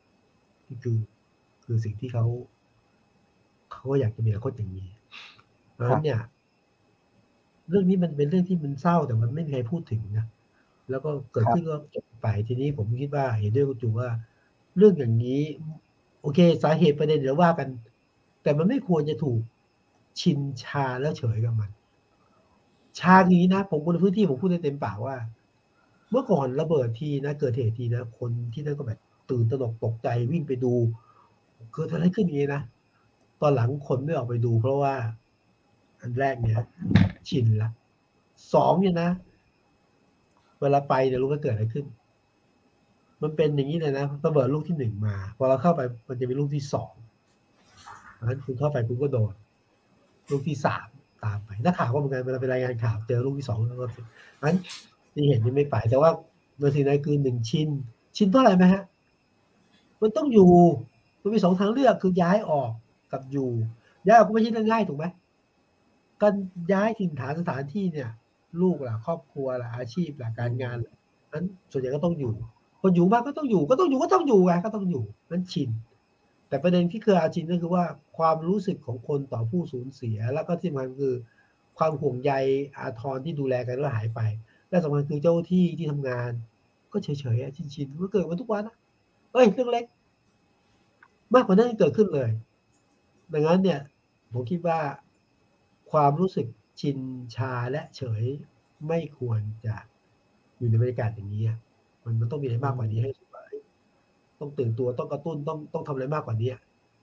นี่คือคือสิ่งที่เขาเขาก็อยากจะมีอนาคตอย่างนี้เพราะฉะนั้นเนี่ยเรื่องนี้มันเป็นเรื่องที่มันเศร้าแต่มันไม่มีใครพูดถึงนะแล้วก็เกิดขึ้นก็จบไปทีนี้ผมคิดว่าเห็นด้วยคุณจูว่าเรื่องอย่างนี้โอเคสาเหตุประเด็นเดี๋ยวว่ากันแต่มันไม่ควรจะถูกชินชาแล้วเฉยกับมันชานี้นะผมบนพื้นที่ผมพูดได้เต็มปากว่าเมื่อก่อนระเบิดทีนะเกิดเหตุทีนะคนที่นั่นก็แบบตื่นตระหนกตกใจวิ่งไปดูเกิดอะไรขึ้นอย่างนี้นะตอนหลังคนไม่ออกไปดูเพราะว่าอันแรกเนี่ยชินละสองเนี่ยนะเวลาไปเนี่ยรู้ว่าเกิดอะไรขึ้นมันเป็นอย่างนี้เลยนะระเบิดลูกที่หนึ่งมาพอเราเข้าไปมันจะมีลูกที่สองเพราะฉะนั้นคุณเข้าไปคุณก็โดนลูกที่สามตามไปนักข่าวก็เหมือนกันเวลาไปรายงานข่าวเจอลูกที่สองแล้วก็นั้นที่เห็นนี่ไม่ไปแต่ว่าเมื่อสิ่งใดคือหนึ่งชิ้นชิ้นเท่าไหร่ไหมฮะมันต้องอยู่มันมีสองทางเลือกคือย้ายออกกับอยู่ย้ายออกก็ไม่ใช่เรื่องง่ายถูกไหมการย้ายถิ่นฐานสถานที่เนี่ยลูกล่ะครอบครัวล่ะอาชีพล่ะการงานนั้นส่วนใหญ่ก็ต้องอยู่คนอยู่มากก็ต้องอยู่ก็ต้องอยู่ก็ต้องอยู่ไงก็ต้องอยู่นั้นชินแต่ประเด็นที่คืออาชินก็คือว่าความรู้สึกของคนต่อผู้สูญเสียแล้วก็ที่สำคัญคือความห่วงใยอาทรที่ดูแลกันแล้วหายไปและสำคัญคือเจ้าที่ที่ทำงานก็เฉยๆชินชินมันเกิดมาทุกวันนะเอ้ยเรื่องเล็กมากกว่านั้นเกิดขึ้นเลยดังนั้นเนี่ยผมคิดว่าความรู้สึกชินชาและเฉยไม่ควรจะอยู่ในบรรยากาศอย่างนี้มันมันต้องมีอะไรมากกว่านี้ให้ต้องตื่นตัวต้องกระตุ้นต้องต้องทำอะไรมากกว่านี้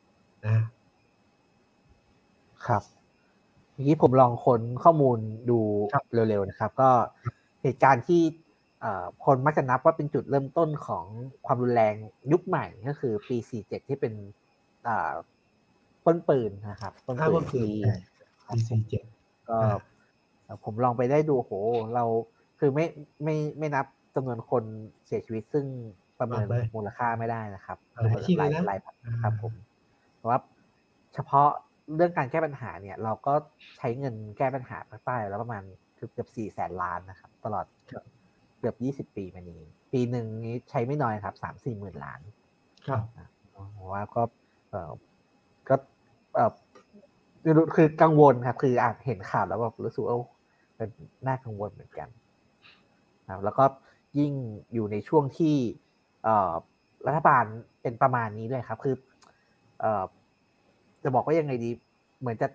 นะครับเมื่อกี้ผมลองค้นข้อมูลดูเร็วๆนะครับก็เหตุการณ์ที่คนมักจะนับว่าเป็นจุดเริ่มต้นของความรุนแรงยุคใหม่ก็คือปีสี่สิบเจ็ดที่เป็นปล้นปืนนะครับปล้นปืนที่ปีสี่สิบเจ็ดก็ผมลองไปได้ดูโหเราคือไม่ไม่ไม่นับจำนวนคนเสียชีวิตซึ่งประเมินมูลค่าไม่ได้นะครับหลายที่เลยนะหลายพันครับผมเพราะว่าเฉพาะเรื่องการแก้ปัญหาเนี่ยเราก็ใช้เงินแก้ปัญหาภาคใต้แล้วประมาณเกือบสี่แสนล้านนะครับตลอดเกือบยี่สิบปีมานี้ปีหนึ่งนี้ใช้ไม่น้อยครับ สามถึงสี่ หมื่นล้านครับเพราะว่าก็เอ่อก็เอ่อคือกังวลครับคืออ่านเห็นข่าวแล้วแบบรู้สึกว่าเป็นน่ากังวลเหมือนกันครับแล้วก็ยิ่งอยู่ในช่วงที่เอ่อรัฐบาลเป็นประมาณนี้ด้วยครับคือเอ่อจะบอกว่ายังไงดีเหมือนจะ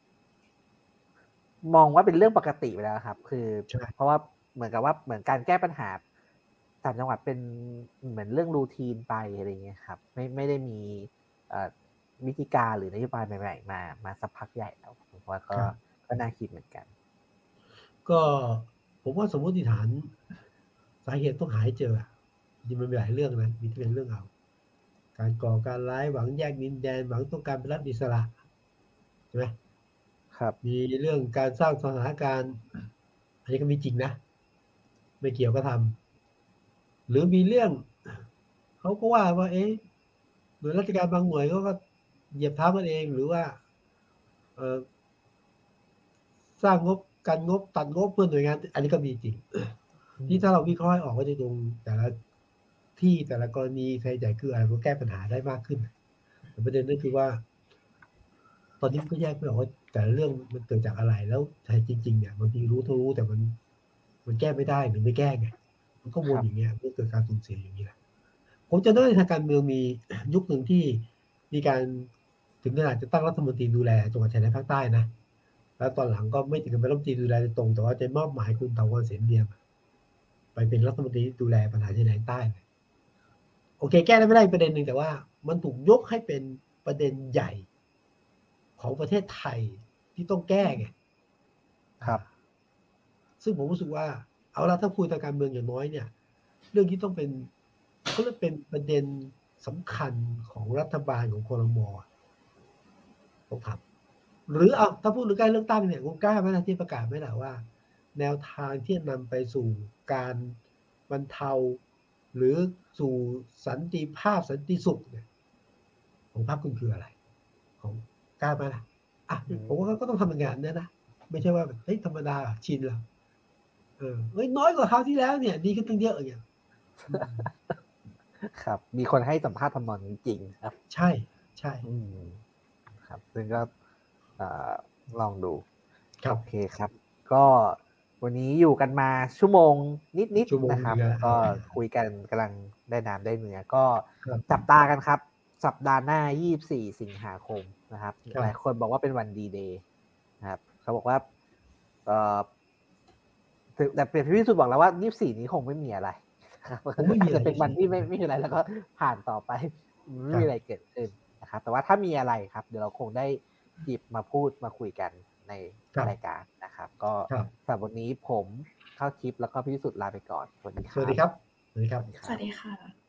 มองว่าเป็นเรื่องปกติไปแล้วครับคือเพราะว่าเหมือนกับว่าเหมือนการแก้ปัญหาต่างจังหวัดเป็นเหมือนเรื่องรูทีนไปอะไรเงี้ยครับไม่ไม่ได้มีเอ่อวิธีการหรือนโยบายใหม่ๆมามาสักพักใหญ่แล้วผมว่าก็ก็น่าคิดเหมือนกันก็ผมว่าสมมติฐานสาเหตุต้องหาให้เจอจริงมันมีหลายเรื่องนะมีที่เป็นเรื่องเอาการก่อการร้ายหวังแยกดินแดนหวังต้องการเป็นรัฐอิสระใช่ไหมครับมีเรื่องการสร้างสถานการณ์อันนี้ก็มีจริงนะไม่เกี่ยวก็ทำหรือมีเรื่องเขาก็ว่าว่าเอ๊ะหน่วยราชการบางหน่วยเขาก็เหยียบเท้ามันเองหรือว่าเออสร้างงบการงบตัดงบเพื่อหน่วยงานอันนี้ก็มีจริงที่ถ้าเราวิเคราะห์ออกว่าในตรงแต่ละที่แต่ละกรณีใครใหญ่คืออะไรก็แก้ปัญหาได้มากขึ้นแต่ประเด็นนั่นคือว่าตอนนี้มันก็แยกไม่ออกว่าแต่ละเรื่องมันเกิดจากอะไรแล้วแท้จริงๆเนี่ยบางทีรู้ทั้งรู้แต่มันมันแก้ไม่ได้หรือไม่แก้ไงมันก็วนอย่างเงี้ยมันเกิดการสูญเสียอย่างนี้แหละผมจะได้ทางการเมืองมียุคหนึ่งที่มีการถึงขนาดจะตั้งรัฐมนตรีดูแลจังหวัดชายแดนภาคใต้นะแล้วตอนหลังก็ไม่ถึงกับเป็นรัฐมนตรีดูแลตรงแต่ว่าจะมอบหมายคุณเถาวรเสนเนียมไปเป็นรัฐมนตรีดูแลปัญหาชายแดนใต้โอเคแก้ได้ไม่ได้ประเด็นหนึ่งแต่ว่ามันถูกยกให้เป็นประเด็นใหญ่ของประเทศไทยที่ต้องแก้ไงครับซึ่งผมรู้สึกว่าเอาละถ้าคุยทางการเมืองอย่างน้อยเนี่ยเรื่องที่ต้องเป็นก็เลยเป็นประเด็นสำคัญของรัฐบาลของครม.ต้องทำหรือเอาถ้าพูดถึงการเลือกตั้งเนี่ยคุณกล้าไหมนะที่ประกาศไหมล่ะว่าแนวทางที่จะนำไปสู่การบรรเทาหรือสู่สันติภาพสันติสุขเนี่ยของพรรคคุณคืออะไรของกล้าไหมล่ะอ่ะผมว่าก็ต้องทำงานเนี่ยนะไม่ใช่ว่าเฮ้ยธรรมดาชินแล้วเออเฮ้ยน้อยกว่าคราวที่แล้วเนี่ยดีขึ้นตั้งเยอะอย่างครับมีคนให้สัมภาษณ์ทำนองนี้จริงครับใช่ใช่อืมครับซึ่งก็ลองดูโอเคครับก็วันนี้อยู่กันมาชั่วโมงนิดๆนะครับก็คุยกันกำลังได้น้ำได้เนื้อก็จับตากันครับสัปดาห์หน้ายี่สิบสี่สิงหาคมนะครับหลายคนบอกว่าเป็นวันดีเดย์นะครับเขาบอกว่าเอ่อแต่เปลี่ยนพี่วิสุทธ์บอกแล้วว่ายี่สิบสี่นี้คงไม่มีอะไรครับอาจจะเป็นวันที่ไม่ไม่มีอะไรแล้วก็ผ่านต่อไปไม่มีอะไรเกิดขึ้นนะครับแต่ว่าถ้ามีอะไรครับเดี๋ยวเราคงได้หยิบมาพูดมาคุยกันในรายการนะครับก็สำหรับวันนี้ผมเข้าคลิปแล้วก็พี่วิสุทธ์ลาไปก่อนสวัสดีครับสวัสดีครับสวัสดีครับสวัสดีค่ะ